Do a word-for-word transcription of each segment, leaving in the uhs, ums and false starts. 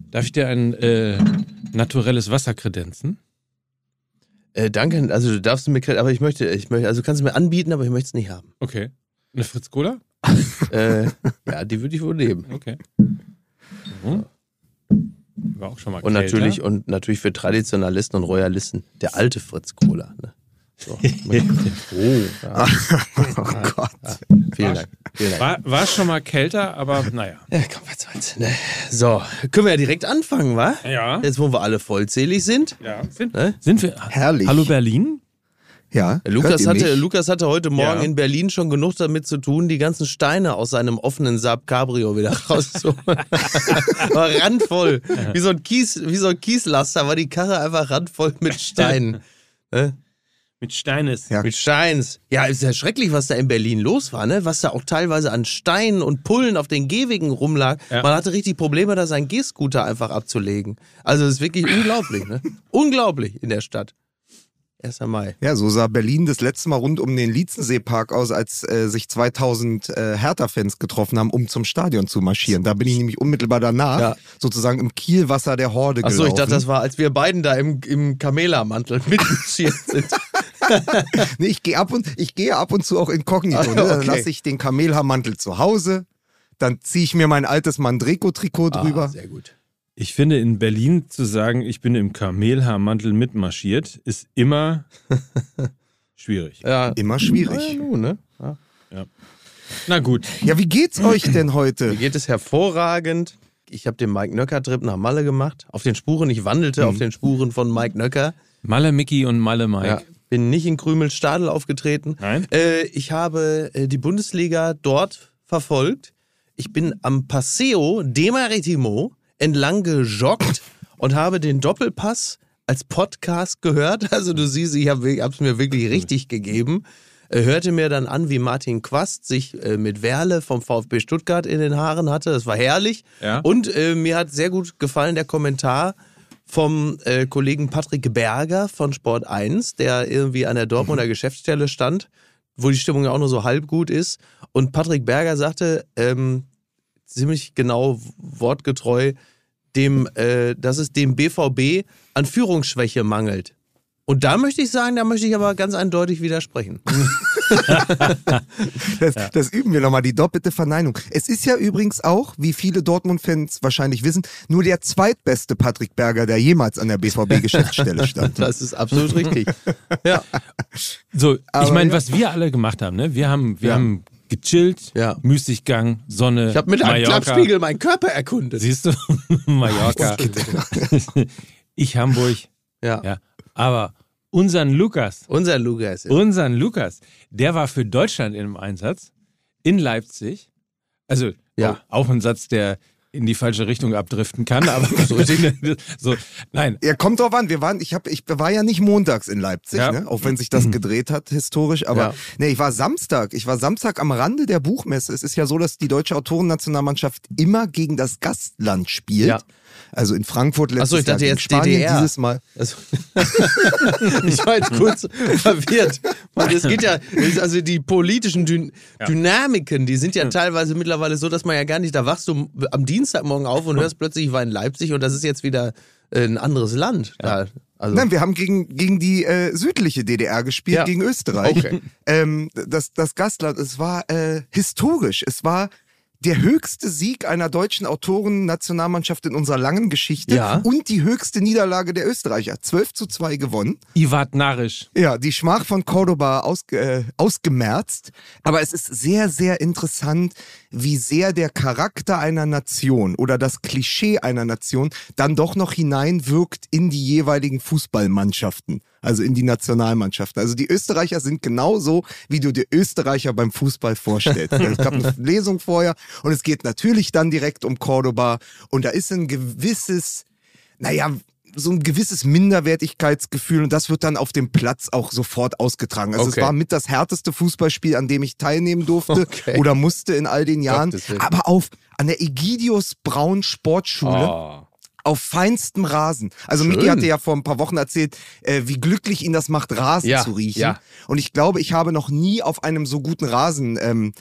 Darf ich dir ein äh, naturelles Wasser kredenzen? Äh, danke, also du darfst mir, aber ich möchte, ich möchte, also du kannst es mir anbieten, aber ich möchte es nicht haben. Okay. Eine Fritz Cola? äh, ja, die würde ich wohl nehmen. Okay. Mhm. War auch schon mal und kälter. natürlich Und natürlich für Traditionalisten und Royalisten der alte Fritz Cola. Ne? So. oh, ja. oh Gott. Ja. Vielen Dank. Vielen Dank. War, war schon mal kälter, aber naja. Ja, komm, was soll's. Ne? So, können wir ja direkt anfangen, wa? Ja. Jetzt, wo wir alle vollzählig sind. Ja. Sind, Ne? sind wir? Herrlich. Hallo Berlin? Ja. Lukas hatte, Lukas hatte heute Morgen Ja. in Berlin schon genug damit zu tun, die ganzen Steine aus seinem offenen Saab Cabrio wieder rauszuholen. War randvoll. Wie so ein Kies, wie so ein Kieslaster war die Karre einfach randvoll mit Steinen. Ne? Mit Steines. Ja. Mit Steins. Ja, ist ja schrecklich, was da in Berlin los war, ne? Was da auch teilweise an Steinen und Pullen auf den Gehwegen rumlag. Ja. Man hatte richtig Probleme, da seinen Gehscooter einfach abzulegen. Also das ist wirklich unglaublich, ne? Unglaublich in der Stadt. erster Mai. Ja, so sah Berlin das letzte Mal rund um den Lietzensee-Park aus, als äh, sich zweitausend äh, Hertha-Fans getroffen haben, um zum Stadion zu marschieren. Da bin ich nämlich unmittelbar danach Ja. sozusagen im Kielwasser der Horde Achso, gelaufen. ich dachte, das war, als wir beiden da im, im Kamela-Mantel mitmarschiert sind. Nee, ich gehe ab und ich gehe ab und zu auch inkognito. Ah, Ne? Dann okay. lasse ich den Kamelhaarmantel zu Hause, dann ziehe ich mir mein altes Mandreko-Trikot drüber. Ah, sehr gut. Ich finde, in Berlin zu sagen, ich bin im Kamelhaarmantel mitmarschiert, ist immer schwierig. Ja. Immer schwierig. Ja, nun, ne? Ja. Na gut. Ja, wie geht's euch denn heute? Mir geht es hervorragend. Ich habe den Mike Nöcker-Trip nach Malle gemacht. Auf den Spuren, ich wandelte Mhm. auf den Spuren von Mike Nöcker. Malle Mickey und Malle Mike. Ja. Bin nicht in Krümelstadel aufgetreten. Nein? Äh, ich habe äh, die Bundesliga dort verfolgt. Ich bin am Paseo de Maritimo entlang gejoggt und habe den Doppelpass als Podcast gehört. Also du siehst, ich habe es mir wirklich richtig gegeben. Äh, hörte mir dann an, wie Martin Quast sich äh, mit Werle vom VfB Stuttgart in den Haaren hatte. Das war herrlich. Ja. Und äh, mir hat sehr gut gefallen der Kommentar vom äh, Kollegen Patrick Berger von Sport eins, der irgendwie an der Dortmunder mhm. Geschäftsstelle stand, wo die Stimmung ja auch nur so halb gut ist. Und Patrick Berger sagte, ähm, ziemlich genau wortgetreu, dem, äh, dass es dem B V B an Führungsschwäche mangelt. Und da möchte ich sagen, da möchte ich aber ganz eindeutig widersprechen. Das, ja. das üben wir nochmal, die doppelte Verneinung. Es ist ja übrigens auch, wie viele Dortmund-Fans wahrscheinlich wissen, nur der zweitbeste Patrick Berger, der jemals an der B V B-Geschäftsstelle stand. Das ist absolut richtig. Ja. So, Aber ich meine, ja. was wir alle gemacht haben, ne? Wir haben, wir Ja. haben gechillt, Ja. Müßiggang, Sonne, Ich habe mit einem Mallorca. Klappspiegel meinen Körper erkundet. Siehst du? Mallorca. Ich Hamburg. Ja. Ja. Aber unseren Lukas, Unser Lukas. unseren Lukas, der war für Deutschland im Einsatz in Leipzig. Also Ja. auch ein Satz, der in die falsche Richtung abdriften kann, aber so, so nein. Ja, kommt drauf an. Wir waren, ich, hab, ich war ja nicht montags in Leipzig, Ja. ne? Auch wenn sich das gedreht hat historisch. Aber Ja. nee, ich war Samstag. Ich war Samstag am Rande der Buchmesse. Es ist ja so, dass die deutsche Autorennationalmannschaft immer gegen das Gastland spielt. Ja. Also in Frankfurt letztes Achso, ich dachte Jahr jetzt gegen Spanien, D D R. dieses Mal. Also, ich war jetzt kurz verwirrt. Weil es geht ja, also die politischen Dyn Dynamiken, die sind ja teilweise mittlerweile so, dass man ja gar nicht, da wachst du am Dienstagmorgen auf und hörst plötzlich, ich war in Leipzig und das ist jetzt wieder äh, ein anderes Land. Da, also, Nein, wir haben gegen, gegen die äh, südliche D D R gespielt, Ja. gegen Österreich. Okay. Ähm, das, das Gastland, es war äh, historisch. Es war der höchste Sieg einer deutschen Autoren-Nationalmannschaft in unserer langen Geschichte Ja. und die höchste Niederlage der Österreicher. zwölf zu zwei gewonnen. Ivat Narisch. Ja, die Schmach von Cordoba ausge, äh, ausgemerzt. Aber es ist sehr, sehr interessant, wie sehr der Charakter einer Nation oder das Klischee einer Nation dann doch noch hineinwirkt in die jeweiligen Fußballmannschaften. Also in die Nationalmannschaften. Also die Österreicher sind genauso, wie du dir Österreicher beim Fußball vorstellst. Es gab eine Lesung vorher und es geht natürlich dann direkt um Cordoba. Und da ist ein gewisses, naja, so ein gewisses Minderwertigkeitsgefühl und das wird dann auf dem Platz auch sofort ausgetragen. Also Okay. es war mit das härteste Fußballspiel, an dem ich teilnehmen durfte Okay. oder musste in all den Jahren. Gottes Willen. Aber auf an der Egidius Braun Sportschule. oh. Auf feinstem Rasen. Also Schön. Miki hatte ja vor ein paar Wochen erzählt, äh, wie glücklich ihn das macht, Rasen Ja, zu riechen. ja. Und ich glaube, ich habe noch nie auf einem so guten Rasen ähm,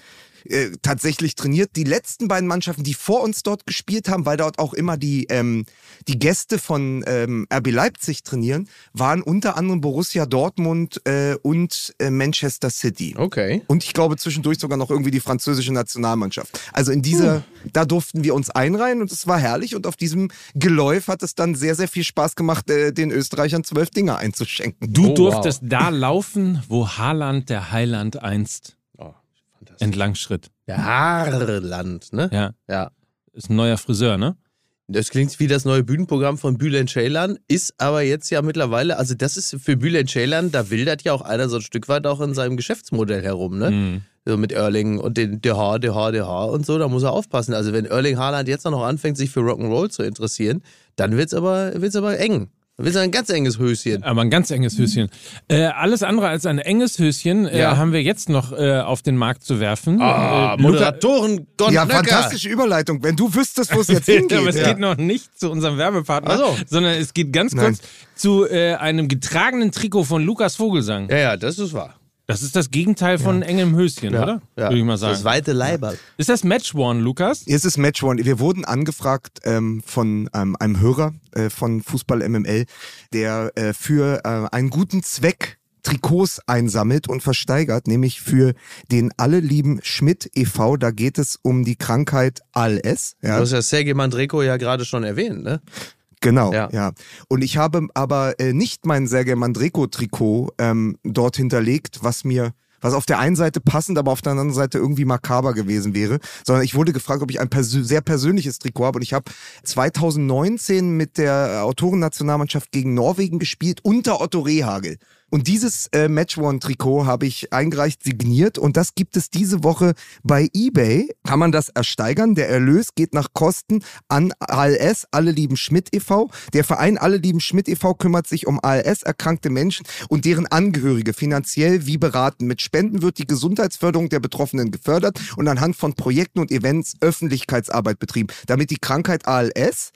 äh, tatsächlich trainiert. Die letzten beiden Mannschaften, die vor uns dort gespielt haben, weil dort auch immer die, ähm, die Gäste von ähm, R B Leipzig trainieren, waren unter anderem Borussia Dortmund äh, und äh, Manchester City. Okay. Und ich glaube zwischendurch sogar noch irgendwie die französische Nationalmannschaft. Also in dieser, uh. da durften wir uns einreihen und es war herrlich und auf diesem Geläuf hat es dann sehr, sehr viel Spaß gemacht, äh, den Österreichern zwölf Dinger einzuschenken. Du oh, durftest wow. da laufen, wo Haaland, der Heiland einst oh, entlang schritt. Der Haarland, ne? Ja. Ja. Ist ein neuer Friseur, ne? Das klingt wie das neue Bühnenprogramm von Bülent Ceylan, ist aber jetzt ja mittlerweile, also das ist für Bülent Ceylan, da wildert ja auch einer so ein Stück weit auch in seinem Geschäftsmodell herum, ne? Mhm. So mit Erling und den der Haar, der Haar, der Haar und so, da muss er aufpassen. Also wenn Erling Haaland jetzt noch anfängt, sich für Rock'n'Roll zu interessieren, dann wird's aber, wird's aber eng. Dann wird's ein ganz enges Höschen. Aber ein ganz enges Höschen. Äh, alles andere als ein enges Höschen äh, Ja. haben wir jetzt noch äh, auf den Markt zu werfen. Ah, äh, Moderatoren, Gott, Ja, Nöcker. fantastische Überleitung. Wenn du wüsstest, wo es jetzt Luca, hingeht. aber es ja. geht noch nicht zu unserem Werbepartner, Ach so. sondern es geht ganz Nein. kurz zu äh, einem getragenen Trikot von Lukas Vogelsang. Ja, ja, das ist wahr. Das ist das Gegenteil von engem Höschen, Ja. oder? Ja. Würde ich mal sagen. Das weite Leiberl. Ist das Match-Worn, Lukas? Es ist Match One. Wir wurden angefragt ähm, von ähm, einem Hörer äh, von Fußball M M L, der äh, für äh, einen guten Zweck Trikots einsammelt und versteigert, nämlich für den Alle lieben Schmidt e V. Da geht es um die Krankheit A L S. Ja. Du hast ja Sergej Mandreko ja gerade schon erwähnt, ne? Genau, Ja. ja. Und ich habe aber äh, nicht mein Sergej Mandreko-Trikot ähm, dort hinterlegt, was mir, was auf der einen Seite passend, aber auf der anderen Seite irgendwie makaber gewesen wäre, sondern ich wurde gefragt, ob ich ein persö- sehr persönliches Trikot habe und ich habe zwanzig neunzehn mit der Autorennationalmannschaft gegen Norwegen gespielt unter Otto Rehhagel. Und dieses äh, Match-One-Trikot habe ich eingereicht, signiert und das gibt es diese Woche bei eBay. Kann man das ersteigern? Der Erlös geht nach Kosten an A L S, Alle lieben Schmidt e V. Der Verein Alle lieben Schmidt e V kümmert sich um A L S-erkrankte Menschen und deren Angehörige finanziell wie beraten. Mit Spenden wird die Gesundheitsförderung der Betroffenen gefördert und anhand von Projekten und Events Öffentlichkeitsarbeit betrieben, damit die Krankheit A L S,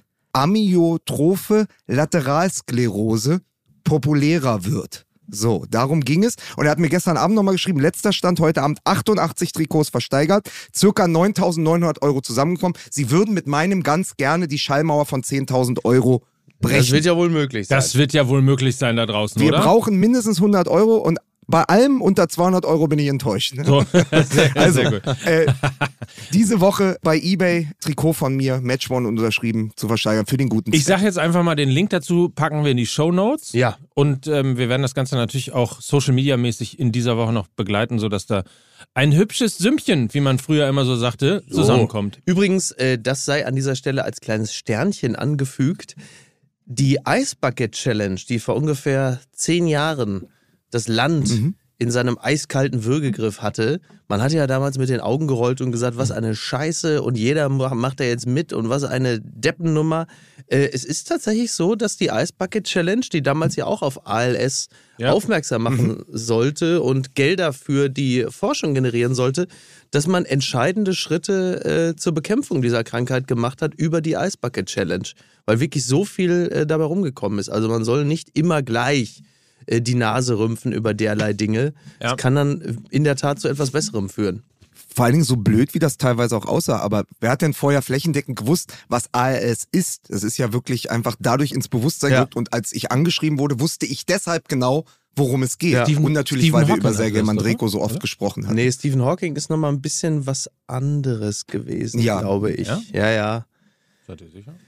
Amyotrophe Lateralsklerose, populärer wird. So, darum ging es. Und er hat mir gestern Abend nochmal geschrieben, letzter Stand heute Abend achtundachtzig Trikots versteigert, circa neuntausendneunhundert Euro zusammengekommen. Sie würden mit meinem ganz gerne die Schallmauer von zehntausend Euro brechen. Das wird ja wohl möglich sein. Das wird ja wohl möglich sein da draußen, Wir oder? brauchen mindestens hundert Euro und bei allem unter zweihundert Euro bin ich enttäuscht. Ne? So, sehr, Also, sehr gut. äh, diese Woche bei eBay Trikot von mir, Match One unterschrieben, zu versteigern für den guten Ich Zweck. sage jetzt einfach mal, den Link dazu packen wir in die Shownotes. Ja. Und ähm, wir werden das Ganze natürlich auch Social-Media-mäßig in dieser Woche noch begleiten, sodass da ein hübsches Sümmchen, wie man früher immer so sagte, zusammenkommt. Übrigens, äh, das sei an dieser Stelle als kleines Sternchen angefügt. Die Ice Bucket Challenge, die vor ungefähr zehn Jahren das Land Mhm. in seinem eiskalten Würgegriff hatte. Man hatte ja damals mit den Augen gerollt und gesagt, was eine Scheiße und jeder macht da jetzt mit und was eine Deppennummer. Äh, es ist tatsächlich so, dass die Ice Bucket Challenge, die damals ja auch auf A L S Ja. aufmerksam machen sollte und Gelder für die Forschung generieren sollte, dass man entscheidende Schritte äh, zur Bekämpfung dieser Krankheit gemacht hat über die Ice Bucket Challenge, weil wirklich so viel äh, dabei rumgekommen ist. Also man soll nicht immer gleich äh, die Nase rümpfen über derlei Dinge. Ja. Das kann dann in der Tat zu etwas Besserem führen. Vor allen Dingen so blöd, wie das teilweise auch aussah. Aber wer hat denn vorher flächendeckend gewusst, was A L S ist? Es ist ja wirklich einfach dadurch ins Bewusstsein Ja. gerückt. Und als ich angeschrieben wurde, wusste ich deshalb genau, worum es geht. Ja. Steven- Und natürlich, Stephen weil wir Hawking über hat Sergej das, Mandreko oder? so oft Oder? gesprochen haben. Nee, Stephen Hawking ist nochmal ein bisschen was anderes gewesen, Ja. glaube ich. Ja? Ja, ja. Seid ihr sicher?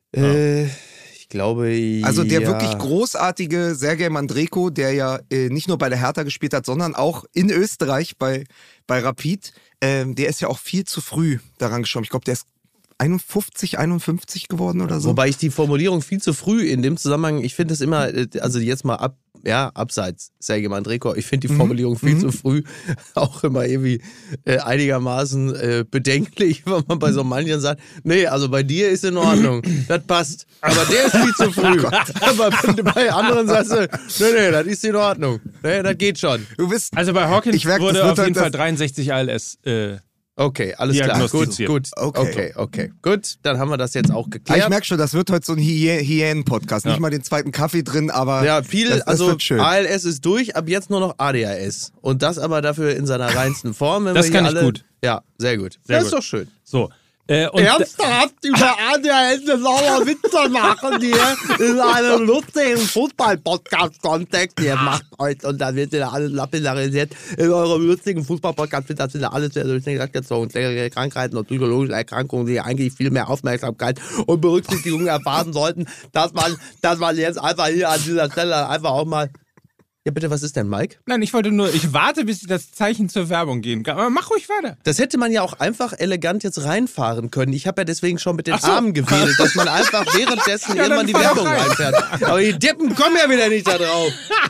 Äh, ich glaube, Also der ja. wirklich großartige Sergej Mandreko, der ja äh, nicht nur bei der Hertha gespielt hat, sondern auch in Österreich bei, bei Rapid, ähm, der ist ja auch viel zu früh daran geschoben. Ich glaube, der ist einundfünfzig, einundfünfzig geworden oder so. Wobei ich die Formulierung viel zu früh in dem Zusammenhang, ich finde es immer, äh, also jetzt mal ab, ja, abseits Sergej Mandreko, ich finde die Mhm. Formulierung viel Mhm. zu früh auch immer irgendwie äh, einigermaßen äh, bedenklich, wenn man bei so manchen sagt, nee, also bei dir ist in Ordnung, das passt, aber der ist viel zu früh. Aber bei anderen sagst du, nee, nee, das ist in Ordnung, nee, das geht schon. Du bist, Also bei Hawkins Ich merk, das wurde wird auf halt jeden Fall das- dreiundsechzig A L S. Äh, Okay, alles klar, gut, Diagnostiziert. gut, Okay. okay, okay, gut, dann haben wir das jetzt auch ich geklärt. merke schon, das wird heute so ein Hyä- Hyänen-Podcast. Ja. Nicht mal den zweiten Kaffee drin, aber Ja, viel, das, das also wird schön. A L S ist durch, ab jetzt nur noch A D H S. Und das aber dafür in seiner reinsten Form. Wenn Das wir kann hier ich alle, gut. Ja, sehr gut. Sehr das gut. ist doch schön. So. Äh, und Ernsthaft über A D H S sauer Witze machen hier in einem lustigen Fußball-Podcast-Kontext. Ihr macht euch und dann wird ihr alles lapidariert. In eurem lustigen Fußball-Podcast wird das wieder alles durch den Sack gezogen. Krankheiten und psychologische Erkrankungen, die eigentlich viel mehr Aufmerksamkeit und Berücksichtigung erfahren sollten, dass man, dass man jetzt einfach hier an dieser Stelle einfach auch mal... Ja, bitte, was ist denn, Mike? Nein, ich wollte nur, ich warte, bis das Zeichen zur Werbung gehen kann. Aber mach ruhig weiter. Das hätte man ja auch einfach elegant jetzt reinfahren können. Ich habe ja deswegen schon mit den Ach so. Armen gewählt, dass man einfach währenddessen Ja, irgendwann dann die fahr Werbung doch rein. reinfährt. Aber die Deppen kommen ja wieder nicht da drauf.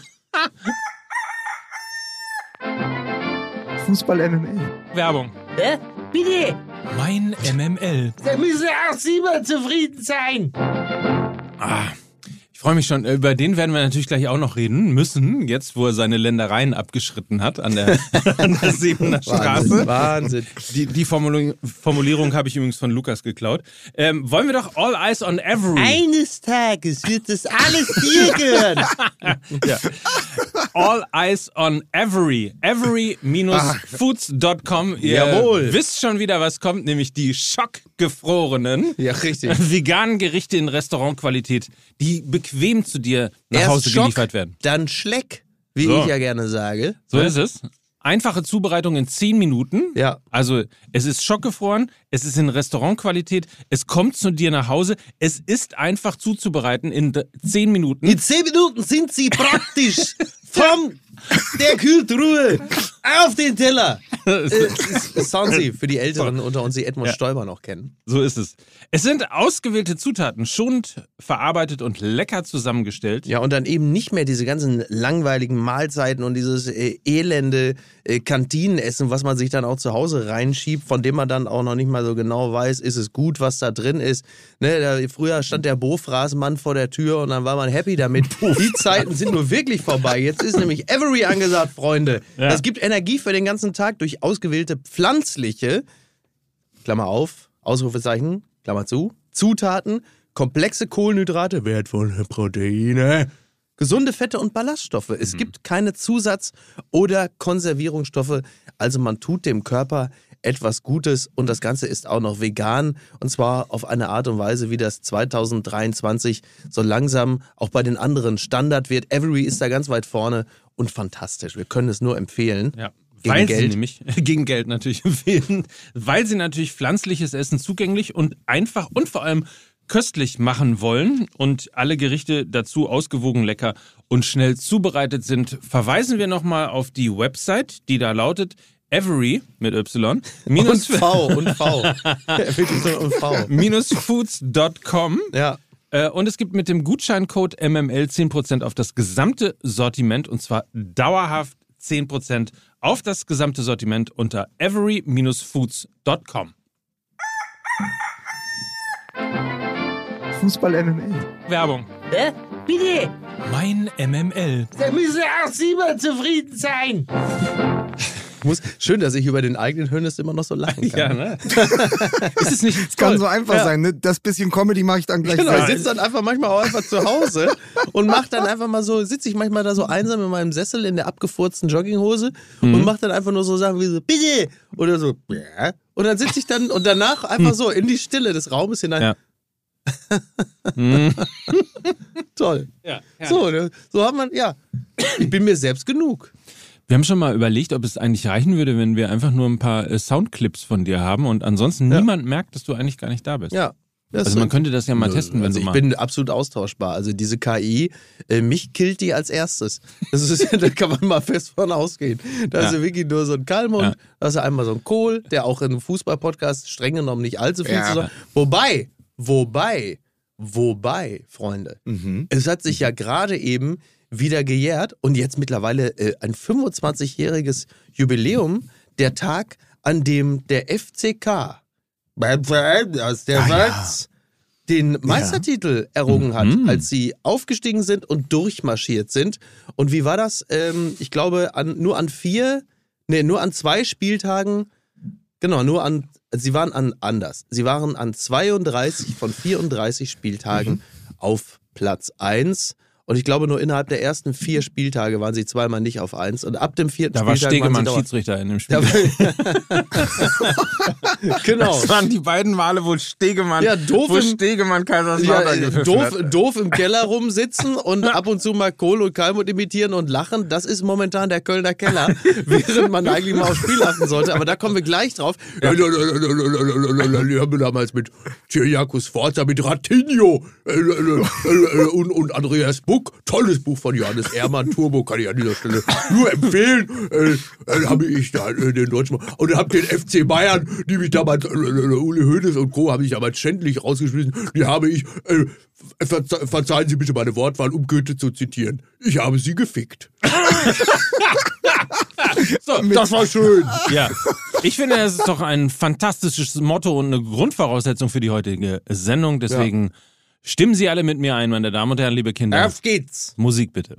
Fußball-M M L. Werbung. Hä? Bitte! Mein M M L. Da müssen auch Sie mal zufrieden sein. Ah, ich freue mich schon. Über den werden wir natürlich gleich auch noch reden müssen, jetzt wo er seine Ländereien abgeschritten hat an der, an der Siebener Straße. Wahnsinn. Die, die Formulierung, Formulierung habe ich übrigens von Lukas geklaut. Ähm, wollen wir doch All Eyes on Every. Eines Tages wird das alles dir gehören. Ja. All Eyes on Every. every Foods Punkt com. Ihr Jawohl. wisst schon wieder, was kommt, nämlich die schockgefrorenen Ja, richtig. veganen Gerichte in Restaurantqualität, die bequem zu dir nach Erst Hause Schock, geliefert werden. dann Schleck, wie So. ich ja gerne sage. So ist es. Einfache Zubereitung in zehn Minuten. Ja. Also es ist schockgefroren, es ist in Restaurantqualität, es kommt zu dir nach Hause, es ist einfach zuzubereiten in d- zehn Minuten. In zehn Minuten sind sie praktisch von der Kühltruhe auf den Teller. Äh, das sagen sie für die Älteren unter uns, die Edmund Ja. Stoiber noch kennen. So ist es. Es sind ausgewählte Zutaten, schonend verarbeitet und lecker zusammengestellt. Ja, und dann eben nicht mehr diese ganzen langweiligen Mahlzeiten und dieses äh, elende äh, Kantinenessen, was man sich dann auch zu Hause reinschiebt, von dem man dann auch noch nicht mal so genau weiß, ist es gut, was da drin ist. Ne, da, früher stand der Bofrasenmann vor der Tür und dann war man happy damit. Die Zeiten sind nur wirklich vorbei. Jetzt ist nämlich Every angesagt, Freunde. Ja. Es gibt Energie für den ganzen Tag durch ausgewählte pflanzliche, Klammer auf, Ausrufezeichen, Klammer zu, Zutaten, komplexe Kohlenhydrate, wertvolle Proteine, gesunde Fette und Ballaststoffe. Es Mhm. gibt keine Zusatz- oder Konservierungsstoffe, also man tut dem Körper etwas Gutes und das Ganze ist auch noch vegan und zwar auf eine Art und Weise, wie das zweitausenddreiundzwanzig so langsam auch bei den anderen Standard wird. Every ist da ganz weit vorne und fantastisch. Wir können es nur empfehlen. Ja. Gegen weil Geld. sie nämlich, gegen Geld natürlich empfehlen, weil sie natürlich pflanzliches Essen zugänglich und einfach und vor allem köstlich machen wollen und alle Gerichte dazu ausgewogen lecker und schnell zubereitet sind, verweisen wir nochmal auf die Website, die da lautet Every mit Y minus, Und V und V. Wirklich so und V. minus foods Punkt com. Ja. Äh, Und es gibt mit dem Gutscheincode M M L zehn Prozent auf das gesamte Sortiment und zwar dauerhaft zehn Prozent auf das gesamte Sortiment unter every Foods Punkt com. Fußball-M M L. Werbung. Hä? Bitte! Mein M M L. Da müssen auch Sie mal zufrieden sein. Muss, schön, dass ich über den eigenen Hönes immer noch so lachen kann. Ja, ne? Ist es nicht Es kann toll? so einfach Ja. sein, ne? Das bisschen Comedy mache ich dann gleich Genau, ich selbst. sitze dann einfach manchmal auch einfach zu Hause und mach dann einfach mal so, sitze ich manchmal da so einsam in meinem Sessel in der abgefurzten Jogginghose und mach dann einfach nur so Sachen wie so, bitte! Oder so, ja. Und dann sitze ich dann und danach einfach so in die Stille des Raumes hinein. Ja. Toll. Ja, So, ne? so hat man, ja. Ich bin mir selbst genug. Wir haben schon mal überlegt, ob es eigentlich reichen würde, wenn wir einfach nur ein paar äh, Soundclips von dir haben und ansonsten Ja. niemand merkt, dass du eigentlich gar nicht da bist. Ja. Das Also man könnte das ja mal testen, wenn also du ich mal... bin absolut austauschbar. Also diese K I, äh, mich killt die als erstes. Das ist, da kann man mal fest von ausgehen. Da Ja. ist ja wirklich nur so ein Kalmund, Ja. da ist ja einmal so ein Kohl, der auch in einem Fußball-Podcast streng genommen nicht allzu viel Ja. zu sagen. Wobei, wobei, wobei, Freunde, Mhm. es hat sich ja gerade eben wieder gejährt und jetzt mittlerweile äh, ein fünfundzwanzigjähriges Jubiläum, der Tag, an dem der F C K beim Verein aus der Ah, ja. Schweiz den Meistertitel errungen hat, Mhm. als sie aufgestiegen sind und durchmarschiert sind. Und wie war das? Ähm, ich glaube, an, nur an vier, nee, nur an zwei Spieltagen, genau, nur an, sie waren an, anders. Sie waren an zweiunddreißig von vierunddreißig Spieltagen Mhm. auf Platz eins. Und ich glaube, nur innerhalb der ersten vier Spieltage waren sie zweimal nicht auf eins. Und ab dem vierten Da war Spieltag Stegemann waren sie Schiedsrichter in dem Spiel. Genau. Das waren die beiden Male, wo Stegemann, Ja, doof wo im- Stegemann Ja, Kaiserslautern äh, gepfiffen doof, hat. doof im Keller rumsitzen und ab und zu mal Kohl und Kalmut imitieren und lachen, das ist momentan der Kölner Keller, während man eigentlich mal aufs Spiel achten sollte, aber da kommen wir gleich drauf. Ja, wir haben damals mit Ciriaco Sforza, mit Ratinho äh, äh, äh, und, und Andreas Buck, tolles Buch von Johannes Ehrmann, Turbo, kann ich an dieser Stelle nur empfehlen, äh, äh, habe ich da äh, den Deutschen, und habe den F C Bayern, die mich damals, äh, äh, Uli Hoeneß und Co., habe ich damals schändlich rausgeschmissen, die habe ich, äh, verze verzeihen Sie bitte meine Wortwahl, um Goethe zu zitieren, ich habe sie gefickt. So, Das war schön. ja. Ich finde, das ist doch ein fantastisches Motto und eine Grundvoraussetzung für die heutige Sendung. Deswegen stimmen Sie alle mit mir ein, meine Damen und Herren, liebe Kinder. Auf geht's. Musik bitte.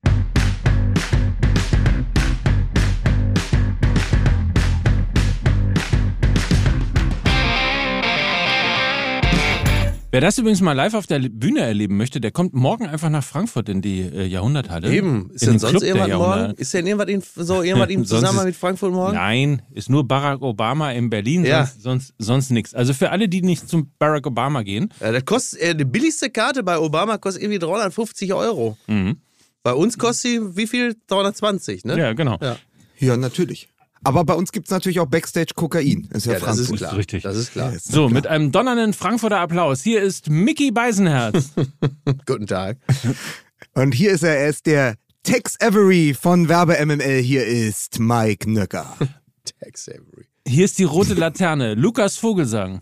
Wer das übrigens mal live auf der Bühne erleben möchte, der kommt morgen einfach nach Frankfurt in die äh, Jahrhunderthalle. Eben. Ist in denn den sonst Club der irgendwas morgen? Jahrhundert. Ist denn irgendwas in, so irgendwas in Sonst Zusammenhang ist- mit Frankfurt morgen? Nein, ist nur Barack Obama in Berlin, Ja. sonst, sonst, sonst nichts. Also für alle, die nicht zum Barack Obama gehen, Ja, das kostet, äh, die billigste Karte bei Obama kostet irgendwie dreihundertfünfzig Euro. Mhm. Bei uns kostet sie wie viel? dreihundertzwanzig, ne? ja genau. Ja. Ja, natürlich. Aber bei uns gibt es natürlich auch Backstage Kokain. Ist ja, Ja, das Frankfurt. ist klar. richtig. Das ist klar. Ja, ist So, klar. mit einem donnernden Frankfurter Applaus. Hier ist Mickey Beisenherz. Guten Tag. Und hier ist er, er ist der Tex Avery von Werbe M M L. Hier ist Mike Nöcker. Tex Avery. Hier ist die rote Laterne. Lukas Vogelsang.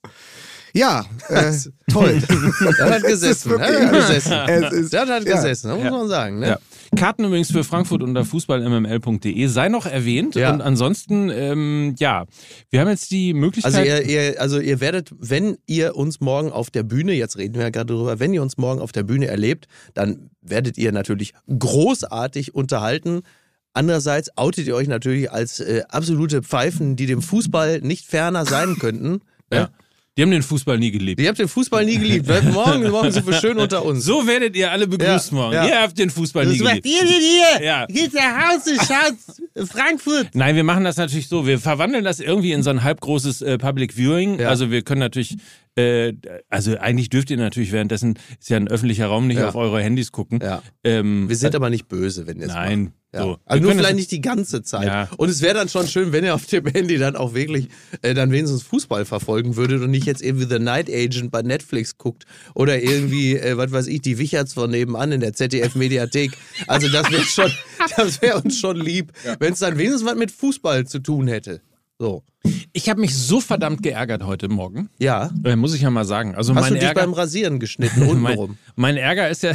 Ja, äh, toll. Das hat gesessen. Das hat gesessen. Es ist, Das hat ja. gesessen, das muss man sagen. Ne? Ja. Karten übrigens für Frankfurt unter fußball m m l punkt d e. Sei noch erwähnt. Ja. Und ansonsten, ähm, ja, wir haben jetzt die Möglichkeit. Also ihr, ihr, also ihr werdet, wenn ihr uns morgen auf der Bühne, jetzt reden wir ja gerade drüber, wenn ihr uns morgen auf der Bühne erlebt, dann werdet ihr natürlich großartig unterhalten. Andererseits outet ihr euch natürlich als äh, absolute Pfeifen, die dem Fußball nicht ferner sein könnten. ja. Die haben den Fußball nie geliebt. Ihr habt den Fußball nie geliebt. Bleibt morgen, morgen sind wir schön unter uns. So werdet ihr alle begrüßt Ja, morgen. ja. Ihr habt den Fußball nie Was macht geliebt. ihr denn hier? Ja. Geht nach Hause, schaut Frankfurt. Nein, wir machen das natürlich so. Wir verwandeln das irgendwie in so ein halbgroßes äh, Public Viewing. Ja. Also wir können natürlich, äh, also eigentlich dürft ihr natürlich währenddessen, ist ja ein öffentlicher Raum, nicht Ja. auf eure Handys gucken. Ja. Ähm, Wir sind aber nicht böse, wenn ihr es Nein. macht. Ja. So. Also Wir nur können vielleicht das- nicht die ganze Zeit. Ja. Und es wäre dann schon schön, wenn ihr auf dem Handy dann auch wirklich äh, dann wenigstens Fußball verfolgen würdet und nicht jetzt irgendwie The Night Agent bei Netflix guckt oder irgendwie, äh, was weiß ich, die Wicherts von nebenan in der Z D F-Mediathek. Also das wäre schon, das wäre uns schon lieb, wenn es dann wenigstens was mit Fußball zu tun hätte. So. Ich habe mich so verdammt geärgert heute Morgen. Ja. Äh, muss ich ja mal sagen. Also Hast mein du dich Ärger, beim Rasieren geschnitten untenrum? mein, mein Ärger ist ja,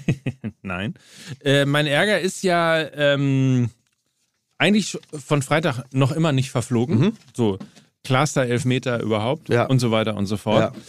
nein, äh, mein Ärger ist ja ähm, eigentlich von Freitag noch immer nicht verflogen. Mhm. So klarster Elfmeter überhaupt Ja. und so weiter und so fort. Ja.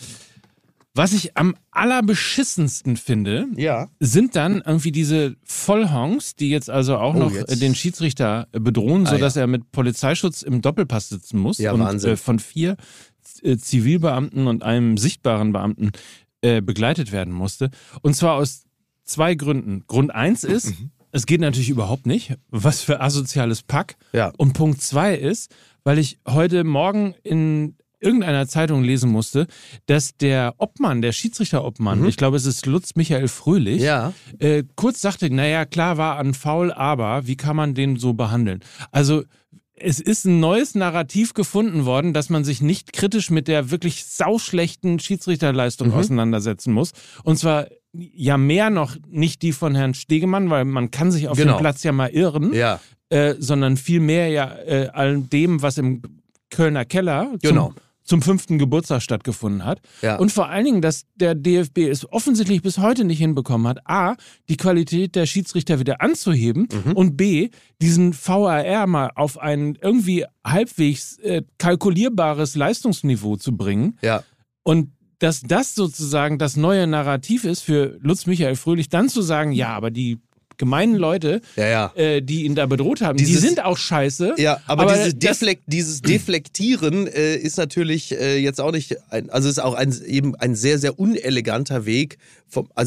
Was ich am allerbeschissensten finde, Ja. sind dann irgendwie diese Vollhongs, die jetzt also auch Oh, noch jetzt. äh, den Schiedsrichter äh, bedrohen, Ah, sodass ja. er mit Polizeischutz im Doppelpass sitzen muss Ja, und Wahnsinn. äh, von vier äh, Zivilbeamten und einem sichtbaren Beamten äh, begleitet werden musste. Und zwar aus zwei Gründen. Grund eins ist, es geht natürlich überhaupt nicht. Was für asoziales Pack. Ja. Und Punkt zwei ist, weil ich heute Morgen in irgendeiner Zeitung lesen musste, dass der Obmann, der Schiedsrichterobmann, ich glaube, es ist Lutz Michael Fröhlich, Ja. äh, kurz sagte, naja, klar war an faul, aber wie kann man den so behandeln? Also es ist ein neues Narrativ gefunden worden, dass man sich nicht kritisch mit der wirklich sauschlechten Schiedsrichterleistung auseinandersetzen muss. Und zwar ja mehr noch nicht die von Herrn Stegemann, weil man kann sich auf Genau. dem Platz ja mal irren, Ja. äh, sondern vielmehr ja äh, all dem, was im Kölner Keller zum, Genau. zum fünften Geburtstag stattgefunden hat. Ja. Und vor allen Dingen, dass der D F B es offensichtlich bis heute nicht hinbekommen hat, A, die Qualität der Schiedsrichter wieder anzuheben Mhm. und B, diesen V A R mal auf ein irgendwie halbwegs äh, kalkulierbares Leistungsniveau zu bringen. Ja. Und dass das sozusagen das neue Narrativ ist für Lutz Michael Fröhlich, dann zu sagen, ja, aber die gemeinen Leute, Ja, ja. äh, die ihn da bedroht haben, die Dieses- sind auch scheiße. Ja, aber, dieses, das, Deflek dieses Deflektieren äh, ist natürlich äh, jetzt auch nicht, ein, also ist auch ein, eben ein sehr, sehr uneleganter Weg, vom, also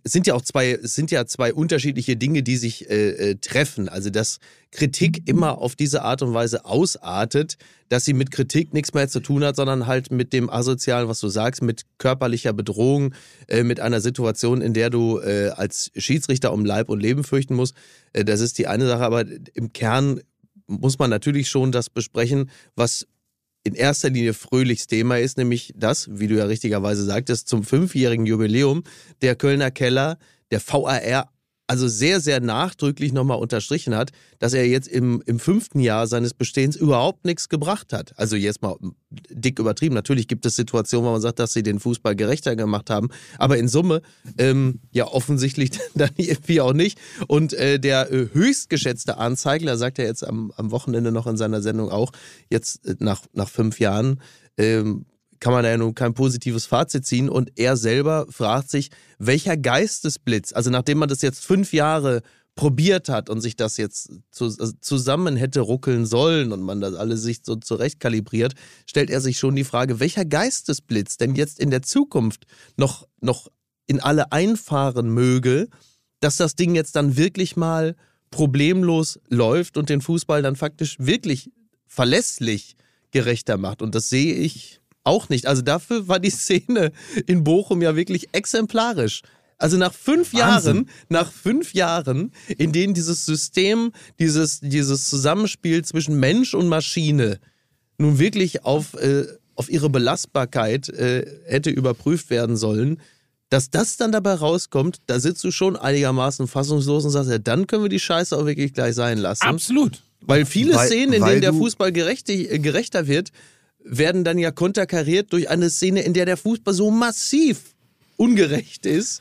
es sind ja auch zwei, es sind ja zwei unterschiedliche Dinge, die sich äh, äh, treffen. Also dass Kritik immer auf diese Art und Weise ausartet, dass sie mit Kritik nichts mehr zu tun hat, sondern halt mit dem Asozialen, was du sagst, mit körperlicher Bedrohung, äh, mit einer Situation, in der du äh, als Schiedsrichter um Leib und Leben fürchten musst. Äh, das ist die eine Sache, aber im Kern muss man natürlich schon das besprechen, was in erster Linie Fröhlichs Thema ist, nämlich das, wie du ja richtigerweise sagtest, zum fünfjährigen Jubiläum der Kölner Keller, der V A R, also sehr, sehr nachdrücklich nochmal unterstrichen hat, dass er jetzt im, im fünften Jahr seines Bestehens überhaupt nichts gebracht hat. Also jetzt mal dick übertrieben. Natürlich gibt es Situationen, wo man sagt, dass sie den Fußball gerechter gemacht haben, aber in Summe ähm, ja offensichtlich dann irgendwie auch nicht. Und äh, der äh, höchst geschätzte Anzeigler, sagt er jetzt am, am Wochenende noch in seiner Sendung auch, jetzt äh, nach, nach fünf Jahren, ähm, kann man da ja nun kein positives Fazit ziehen. Und er selber fragt sich, welcher Geistesblitz, also nachdem man das jetzt fünf Jahre probiert hat und sich das jetzt zu, also zusammen hätte ruckeln sollen und man das alles sich so zurecht kalibriert, stellt er sich schon die Frage, welcher Geistesblitz denn jetzt in der Zukunft noch, noch in alle einfahren möge, dass das Ding jetzt dann wirklich mal problemlos läuft und den Fußball dann faktisch wirklich verlässlich gerechter macht. Und das sehe ich auch nicht. Also dafür war die Szene in Bochum ja wirklich exemplarisch. Also nach fünf Wahnsinn. Jahren, nach fünf Jahren, in denen dieses System, dieses, dieses Zusammenspiel zwischen Mensch und Maschine nun wirklich auf, äh, auf ihre Belastbarkeit äh, hätte überprüft werden sollen, dass das dann dabei rauskommt, da sitzt du schon einigermaßen fassungslos und sagst, ja, dann können wir die Scheiße auch wirklich gleich sein lassen. Absolut. Weil viele weil, Szenen, in denen der du Fußball gerecht, äh, gerechter wird, werden dann ja konterkariert durch eine Szene, in der der Fußball so massiv ungerecht ist.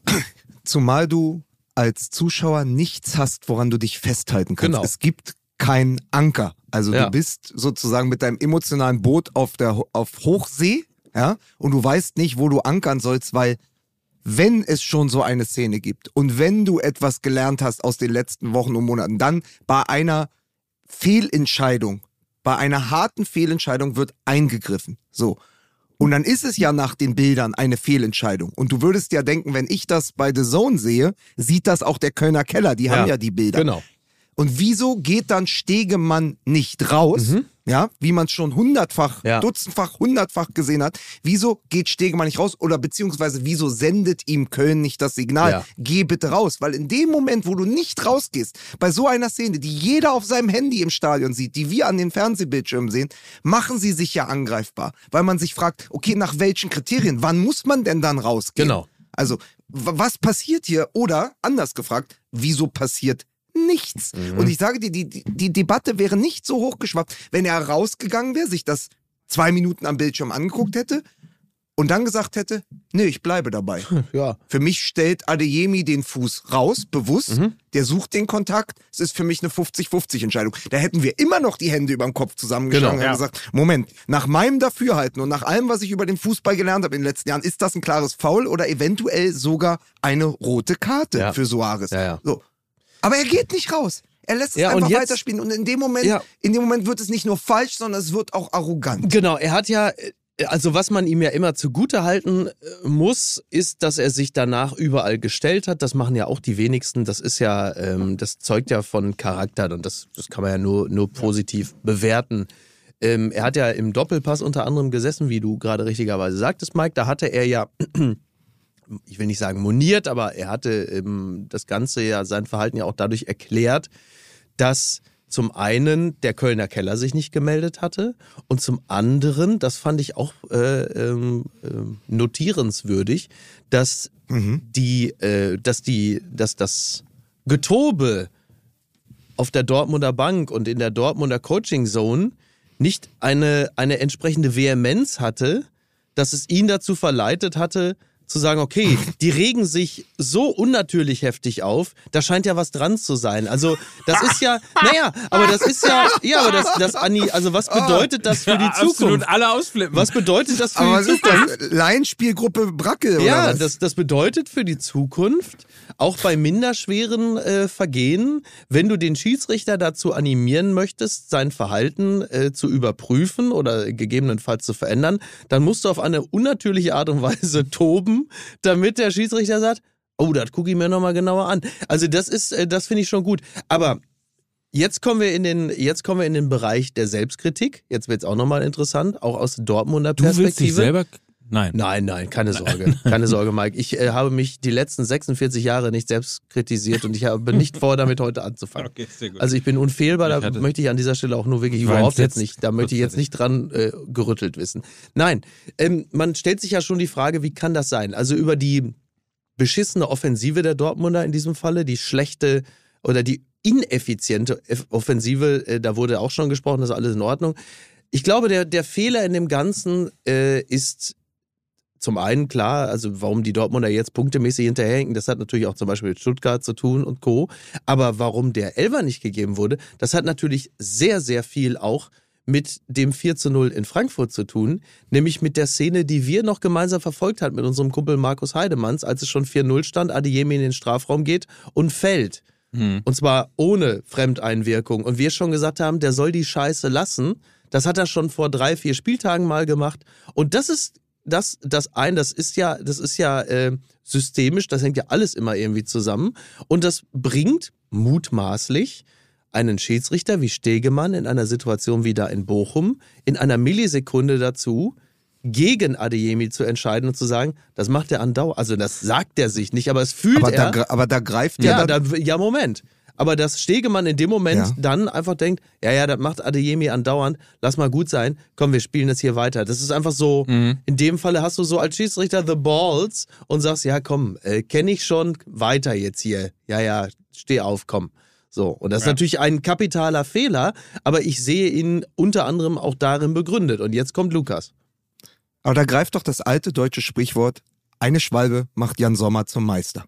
Zumal du als Zuschauer nichts hast, woran du dich festhalten kannst. Genau. Es gibt keinen Anker. Also Ja. du bist sozusagen mit deinem emotionalen Boot auf der auf Hochsee, ja, und du weißt nicht, wo du ankern sollst, weil wenn es schon so eine Szene gibt und wenn du etwas gelernt hast aus den letzten Wochen und Monaten, dann bei einer Fehlentscheidung, bei einer harten Fehlentscheidung wird eingegriffen. So. Und dann ist es ja nach den Bildern eine Fehlentscheidung. Und du würdest ja denken, wenn ich das bei The Zone sehe, sieht das auch der Kölner Keller. Die Ja, haben ja die Bilder. Genau. Und wieso geht dann Stegemann nicht raus? Mhm. Ja, wie man es schon hundertfach, Ja. dutzendfach, hundertfach gesehen hat. Wieso geht Stegemann nicht raus? Oder beziehungsweise wieso sendet ihm Köln nicht das Signal? Ja. Geh bitte raus. Weil in dem Moment, wo du nicht rausgehst, bei so einer Szene, die jeder auf seinem Handy im Stadion sieht, die wir an den Fernsehbildschirmen sehen, machen sie sich ja angreifbar. Weil man sich fragt, okay, nach welchen Kriterien? Wann muss man denn dann rausgehen? Genau. Also, w- was passiert hier? Oder, anders gefragt, wieso passiert nichts? Mhm. Und ich sage dir, die, die, die Debatte wäre nicht so hochgeschwappt, wenn er rausgegangen wäre, sich das zwei Minuten am Bildschirm angeguckt hätte und dann gesagt hätte, nee, ich bleibe dabei. Ja. Für mich stellt Adeyemi den Fuß raus, bewusst. Mhm. Der sucht den Kontakt. Es ist für mich eine fünfzig fünfzig Entscheidung. Da hätten wir immer noch die Hände über dem Kopf zusammengeschlagen Genau, und ja. gesagt, Moment, nach meinem Dafürhalten und nach allem, was ich über den Fußball gelernt habe in den letzten Jahren, ist das ein klares Foul oder eventuell sogar eine rote Karte Ja. für Suarez. Ja, ja. So. Aber er geht nicht raus. Er lässt es Ja, und einfach jetzt- weiterspielen. Und in dem Moment, Ja. in dem Moment wird es nicht nur falsch, sondern es wird auch arrogant. Genau, er hat ja, also was man ihm ja immer zugute halten äh, muss, ist, dass er sich danach überall gestellt hat. Das machen ja auch die wenigsten. Das ist ja, ähm, das zeugt ja von Charakter und das, das kann man ja nur, nur positiv bewerten. Ähm, er hat ja im Doppelpass unter anderem gesessen, wie du gerade richtigerweise sagtest, Mike. Da hatte er ja, ich will nicht sagen moniert, aber er hatte ähm, das Ganze ja, sein Verhalten ja auch dadurch erklärt, dass zum einen der Kölner Keller sich nicht gemeldet hatte und zum anderen, das fand ich auch äh, ähm, ähm, notierenswürdig, dass Mhm. die, äh, dass die, dass das Getobe auf der Dortmunder Bank und in der Dortmunder Coaching Zone nicht eine, eine entsprechende Vehemenz hatte, dass es ihn dazu verleitet hatte, zu sagen, okay, die regen sich so unnatürlich heftig auf, da scheint ja was dran zu sein. Also das ist ja, naja, aber das ist ja, ja, aber das, das Anni, also was bedeutet das für die Ja, absolut, Zukunft? alle ausflippen. Was bedeutet das für Aber die was ist Zukunft? das? Laienspielgruppe Brackel oder Ja, was? das, das bedeutet für die Zukunft, auch bei minderschweren äh, Vergehen, wenn du den Schiedsrichter dazu animieren möchtest, sein Verhalten äh, zu überprüfen oder gegebenenfalls zu verändern, dann musst du auf eine unnatürliche Art und Weise toben, damit der Schiedsrichter sagt, Oh, das gucke ich mir nochmal genauer an. Also das ist, äh, das finde ich schon gut. Aber jetzt kommen wir in den, jetzt kommen wir in den Bereich der Selbstkritik. Jetzt wird es auch nochmal interessant, auch aus Dortmunder Perspektive. Du willst dich selber... Nein. Nein, nein, keine Sorge. Keine Sorge, Mike. Ich äh, habe mich die letzten sechsundvierzig Jahre nicht selbst kritisiert und ich habe nicht vor, damit heute anzufangen. Okay, sehr gut. Also ich bin unfehlbar, da Ich hatte- möchte ich an dieser Stelle auch nur wirklich Ich war überhaupt jetzt entsetzt. nicht, da möchte ich jetzt nicht dran äh, gerüttelt wissen. Nein, ähm, man stellt sich ja schon die Frage, wie kann das sein? Also über die beschissene Offensive der Dortmunder in diesem Falle, die schlechte oder die ineffiziente Offensive, äh, da wurde auch schon gesprochen, das ist alles in Ordnung. Ich glaube, der, der Fehler in dem Ganzen äh, ist zum einen klar, also warum die Dortmunder jetzt punktemäßig hinterherhinken, das hat natürlich auch zum Beispiel mit Stuttgart zu tun und Co. Aber warum der Elfer nicht gegeben wurde, das hat natürlich sehr, sehr viel auch mit dem vier zu null in Frankfurt zu tun, nämlich mit der Szene, die wir noch gemeinsam verfolgt haben mit unserem Kumpel Markus Heidemanns, als es schon vier null stand, Adeyemi in den Strafraum geht und fällt. Hm. Und zwar ohne Fremdeinwirkung. Und wir schon gesagt haben, der soll die Scheiße lassen. Das hat er schon vor drei, vier Spieltagen mal gemacht. Und das ist das, das ein, das ist ja, das ist ja äh, systemisch, das hängt ja alles immer irgendwie zusammen. Und das bringt mutmaßlich einen Schiedsrichter wie Stegemann in einer Situation wie da in Bochum in einer Millisekunde dazu, gegen Adeyemi zu entscheiden und zu sagen, das macht er andauernd. Also das sagt er sich nicht, aber es fühlt Aber er. da, gre- aber da greift ja, Ja, dann, da, ja, Moment. Aber dass Stegemann in dem Moment Ja. dann einfach denkt, ja, ja, das macht Adeyemi andauernd, lass mal gut sein, komm, wir spielen das hier weiter. Das ist einfach so, Mhm. in dem Falle hast du so als Schiedsrichter the balls und sagst, ja, komm, äh, kenne ich schon, weiter jetzt hier. Ja, ja, steh auf, komm. So, und das ist Ja. natürlich ein kapitaler Fehler, aber ich sehe ihn unter anderem auch darin begründet. Und jetzt kommt Lukas. aber da greift doch das alte deutsche Sprichwort, eine Schwalbe macht Jan Sommer zum Meister.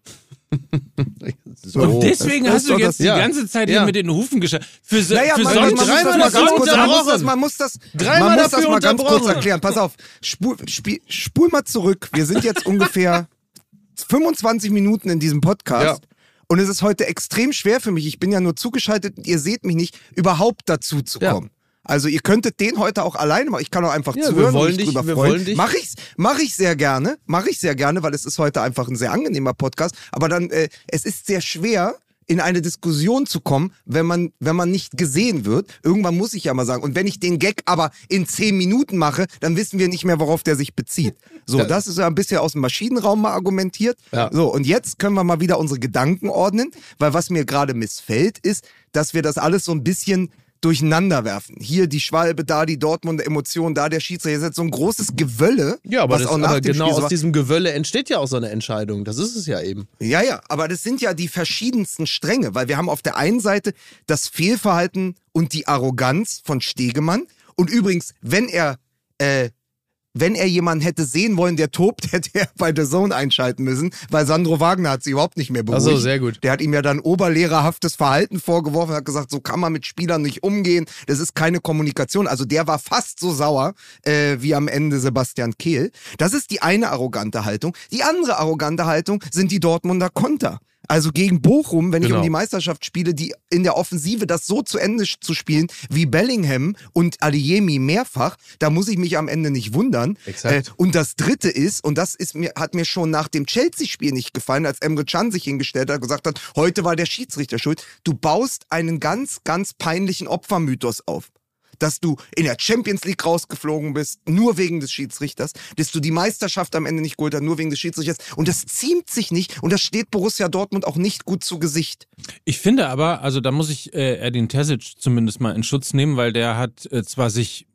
So. Und deswegen das hast ist du doch jetzt das- ja. die ganze Zeit hier Ja. mit den Hufen geschafft. Für, so, Naja, für man, so man, einen muss das dreimal mal dafür ganz kurz, man muss unterbrochen. das, man muss das, Dreimal man muss das dafür mal ganz kurz unterbrochen. erklären. Pass auf, spul, spul, spul mal zurück. Wir sind jetzt ungefähr fünfundzwanzig Minuten in diesem Podcast. Ja. Und es ist heute extrem schwer für mich, ich bin ja nur zugeschaltet und ihr seht mich nicht, überhaupt dazu zu Ja. kommen. Also ihr könntet den heute auch alleine machen. Ich kann auch einfach Ja, wir zuhören wollen und mich dich- drüber wir freuen. wollen dich- Mach ich's, mach ich sehr gerne, mache ich sehr gerne, weil es ist heute einfach ein sehr angenehmer Podcast. Aber dann, äh, es ist sehr schwer, in eine Diskussion zu kommen, wenn man, wenn man nicht gesehen wird. Irgendwann muss ich ja mal sagen. Und wenn ich den Gag aber in zehn Minuten mache, dann wissen wir nicht mehr, worauf der sich bezieht. So, Ja. das ist ja ein bisschen aus dem Maschinenraum mal argumentiert. Ja. So, und jetzt können wir mal wieder unsere Gedanken ordnen, weil was mir gerade missfällt, ist, dass wir das alles so ein bisschen durcheinander werfen. Hier die Schwalbe, da die Dortmunder Emotionen, da der Schiedsrichter. Das ist jetzt so ein großes Gewölle, Ja, aber, was das, auch nach aber dem genau Spiel so aus war. diesem Gewölle entsteht ja auch so eine Entscheidung. Das ist es ja eben. Ja, ja, aber das sind ja die verschiedensten Stränge, weil wir haben auf der einen Seite das Fehlverhalten und die Arroganz von Stegemann. Und übrigens, wenn er, äh, wenn er jemanden hätte sehen wollen, der tobt, hätte er bei The Zone einschalten müssen, weil Sandro Wagner hat sich überhaupt nicht mehr beruhigt. Ach so, sehr gut. Der hat ihm ja dann oberlehrerhaftes Verhalten vorgeworfen, hat gesagt, so kann man mit Spielern nicht umgehen, das ist keine Kommunikation. Also der war fast so sauer äh, wie am Ende Sebastian Kehl. Das ist die eine arrogante Haltung. Die andere arrogante Haltung sind die Dortmunder Konter. Also gegen Bochum, wenn ich Genau. um die Meisterschaft spiele, die in der Offensive das so zu Ende sch- zu spielen wie Bellingham und Adeyemi mehrfach, da muss ich mich am Ende nicht wundern. Exakt. Äh, und das Dritte ist, und das ist mir, hat mir schon nach dem Chelsea-Spiel nicht gefallen, als Emre Can sich hingestellt hat und gesagt hat, heute war der Schiedsrichter schuld. Du baust einen ganz, ganz peinlichen Opfermythos auf. Dass du in der Champions League rausgeflogen bist, nur wegen des Schiedsrichters, dass du die Meisterschaft am Ende nicht geholt hast, nur wegen des Schiedsrichters. Und das ziemt sich nicht und das steht Borussia Dortmund auch nicht gut zu Gesicht. Ich finde aber, also da muss ich äh, Edin Terzic zumindest mal in Schutz nehmen, weil der hat äh, zwar sich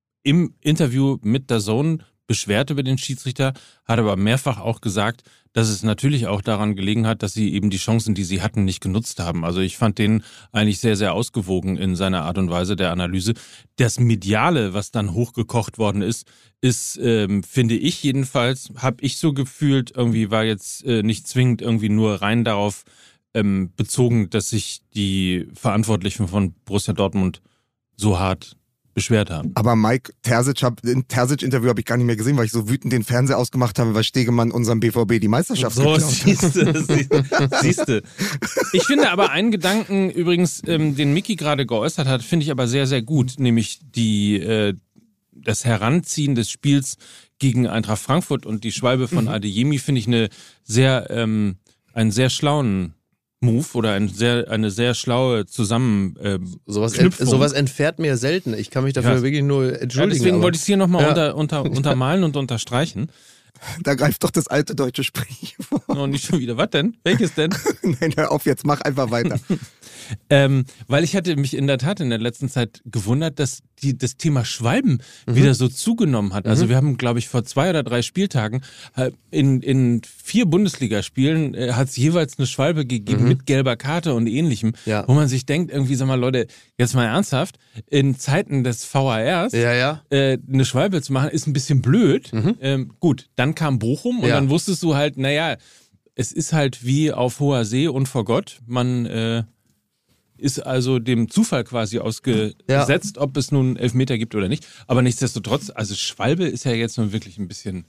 im Interview mit der Zone beschwert über den Schiedsrichter, hat aber mehrfach auch gesagt, dass es natürlich auch daran gelegen hat, dass sie eben die Chancen, die sie hatten, nicht genutzt haben. Also ich fand den eigentlich sehr, sehr ausgewogen in seiner Art und Weise der Analyse. Das Mediale, was dann hochgekocht worden ist, ist, ähm, finde ich jedenfalls, habe ich so gefühlt, irgendwie war jetzt äh, nicht zwingend irgendwie nur rein darauf ähm, bezogen, dass sich die Verantwortlichen von Borussia Dortmund so hart beschwert haben. Aber Mike Terzic, hab, ein Terzic-Interview habe ich gar nicht mehr gesehen, weil ich so wütend den Fernseher ausgemacht habe, weil Stegemann unserem B V B die Meisterschaft So, geklaut hat. siehste, siehste. Ich finde aber einen Gedanken übrigens, ähm, den Micky gerade geäußert hat, finde ich aber sehr, sehr gut, nämlich die, äh, das Heranziehen des Spiels gegen Eintracht Frankfurt und die Schwalbe von Adeyemi finde ich eine sehr ähm, einen sehr schlauen Move oder ein sehr, eine sehr schlaue Zusammen äh, sowas, ent, sowas entfährt mir selten. Ich kann mich dafür ja. wirklich nur entschuldigen. Ja, deswegen aber. wollte ich es hier nochmal ja. unter, unter, untermalen und unterstreichen. Da greift doch das alte deutsche Sprichwort. Noch nicht schon wieder. Was denn? Welches denn? Nein, hör auf jetzt, mach einfach weiter. ähm, weil ich hatte mich in der Tat in der letzten Zeit gewundert, dass die, das Thema Schwalben mhm. wieder so zugenommen hat. Also mhm. wir haben, glaube ich, vor zwei oder drei Spieltagen in, in vier Bundesligaspielen äh, hat es jeweils eine Schwalbe gegeben mhm. mit gelber Karte und ähnlichem, ja. wo man sich denkt, irgendwie, sag mal, Leute, jetzt mal ernsthaft, in Zeiten des V A Rs ja, ja. Äh, eine Schwalbe zu machen, ist ein bisschen blöd. Mhm. Ähm, gut, dann kam Bochum und ja. dann wusstest du halt, naja, es ist halt wie auf hoher See und vor Gott. Man äh, ist also dem Zufall quasi ausgesetzt, ja. ob es nun Elfmeter gibt oder nicht. Aber nichtsdestotrotz, also Schwalbe ist ja jetzt nun wirklich ein bisschen...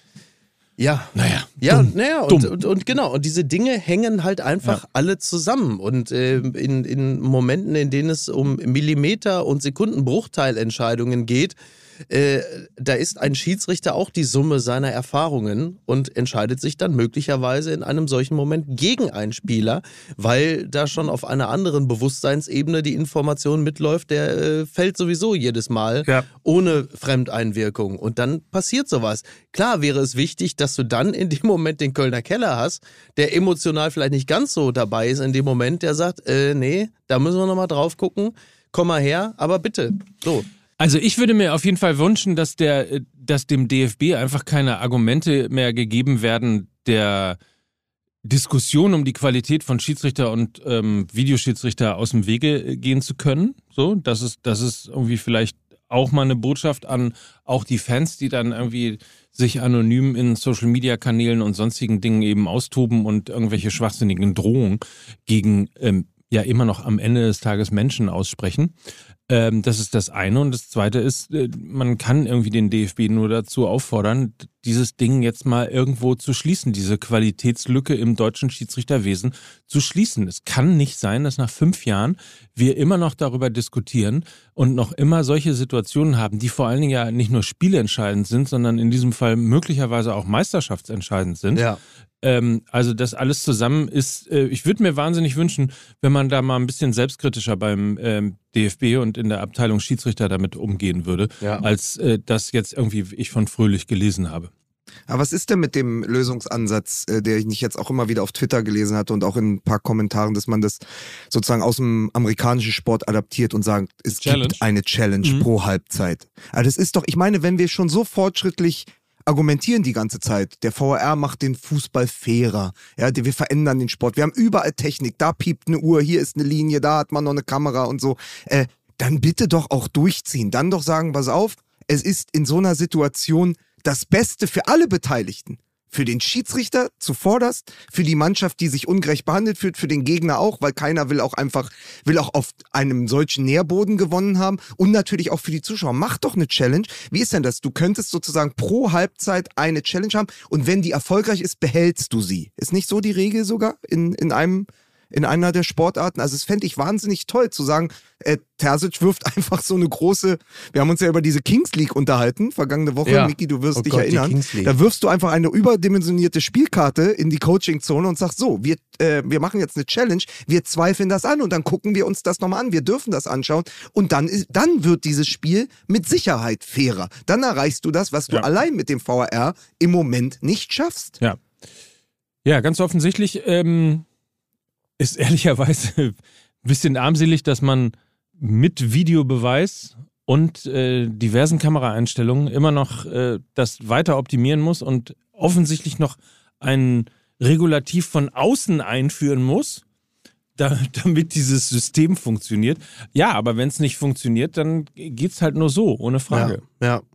Ja, naja, ja, dumm. naja und, dumm. Und, und genau, und diese Dinge hängen halt einfach ja. alle zusammen. Und äh, in, in Momenten, in denen es um Millimeter- und Sekundenbruchteilentscheidungen geht, äh, da ist ein Schiedsrichter auch die Summe seiner Erfahrungen und entscheidet sich dann möglicherweise in einem solchen Moment gegen einen Spieler, weil da schon auf einer anderen Bewusstseinsebene die Information mitläuft, der äh, fällt sowieso jedes Mal ja. ohne Fremdeinwirkung. Und dann passiert sowas. Klar wäre es wichtig, dass du dann in dem Moment den Kölner Keller hast, der emotional vielleicht nicht ganz so dabei ist in dem Moment, der sagt, äh, nee, da müssen wir nochmal drauf gucken, komm mal her, aber bitte, so. Also ich würde mir auf jeden Fall wünschen, dass der, dass dem D F B einfach keine Argumente mehr gegeben werden, der Diskussion um die Qualität von Schiedsrichter und ähm, Videoschiedsrichter aus dem Wege gehen zu können. So, das ist, das ist irgendwie vielleicht auch mal eine Botschaft an auch die Fans, die dann irgendwie sich anonym in Social-Media-Kanälen und sonstigen Dingen eben austoben und irgendwelche schwachsinnigen Drohungen gegen ähm, ja immer noch am Ende des Tages Menschen aussprechen. Ähm, das ist das eine. Und das zweite ist, äh, man kann irgendwie den D F B nur dazu auffordern, dieses Ding jetzt mal irgendwo zu schließen, diese Qualitätslücke im deutschen Schiedsrichterwesen zu schließen. Es kann nicht sein, dass nach fünf Jahren wir immer noch darüber diskutieren und noch immer solche Situationen haben, die vor allen Dingen ja nicht nur spielentscheidend sind, sondern in diesem Fall möglicherweise auch meisterschaftsentscheidend sind. Ja. Ähm, also das alles zusammen ist, äh, ich würde mir wahnsinnig wünschen, wenn man da mal ein bisschen selbstkritischer beim ähm, D F B und in der Abteilung Schiedsrichter damit umgehen würde, ja. als äh, das jetzt irgendwie ich von Fröhlich gelesen habe. Aber was ist denn mit dem Lösungsansatz, äh, der ich jetzt auch immer wieder auf Twitter gelesen hatte und auch in ein paar Kommentaren, dass man das sozusagen aus dem amerikanischen Sport adaptiert und sagt, es Challenge. gibt eine Challenge mhm. pro Halbzeit. Also das ist doch, ich meine, wenn wir schon so fortschrittlich argumentieren die ganze Zeit, der V A R macht den Fußball fairer, ja, wir verändern den Sport, wir haben überall Technik, da piept eine Uhr, hier ist eine Linie, da hat man noch eine Kamera und so, äh, dann bitte doch auch durchziehen, dann doch sagen, pass auf, es ist in so einer Situation das Beste für alle Beteiligten. Für den Schiedsrichter zuvorderst, für die Mannschaft, die sich ungerecht behandelt fühlt, für den Gegner auch, weil keiner will auch einfach, will auch auf einem solchen Nährboden gewonnen haben und natürlich auch für die Zuschauer. Mach doch eine Challenge. Wie ist denn das? Du könntest sozusagen pro Halbzeit eine Challenge haben und wenn die erfolgreich ist, behältst du sie. Ist nicht so die Regel sogar in, in einem... in einer der Sportarten. Also es fände ich wahnsinnig toll zu sagen, äh, Terzic wirft einfach so eine große, wir haben uns ja über diese Kings League unterhalten, vergangene Woche, ja. Niki, du wirst oh dich Gott, erinnern. Da wirfst du einfach eine überdimensionierte Spielkarte in die Coaching-Zone und sagst so, wir, äh, wir machen jetzt eine Challenge, wir zweifeln das an und dann gucken wir uns das nochmal an, wir dürfen das anschauen und dann, ist, dann wird dieses Spiel mit Sicherheit fairer. Dann erreichst du das, was du ja. allein mit dem V A R im Moment nicht schaffst. Ja, ja, ganz offensichtlich ähm ist ehrlicherweise ein bisschen armselig, dass man mit Videobeweis und äh, diversen Kameraeinstellungen immer noch äh, das weiter optimieren muss und offensichtlich noch ein Regulativ von außen einführen muss, da, damit dieses System funktioniert. Ja, aber wenn es nicht funktioniert, dann geht's halt nur so, ohne Frage. Ja, ja.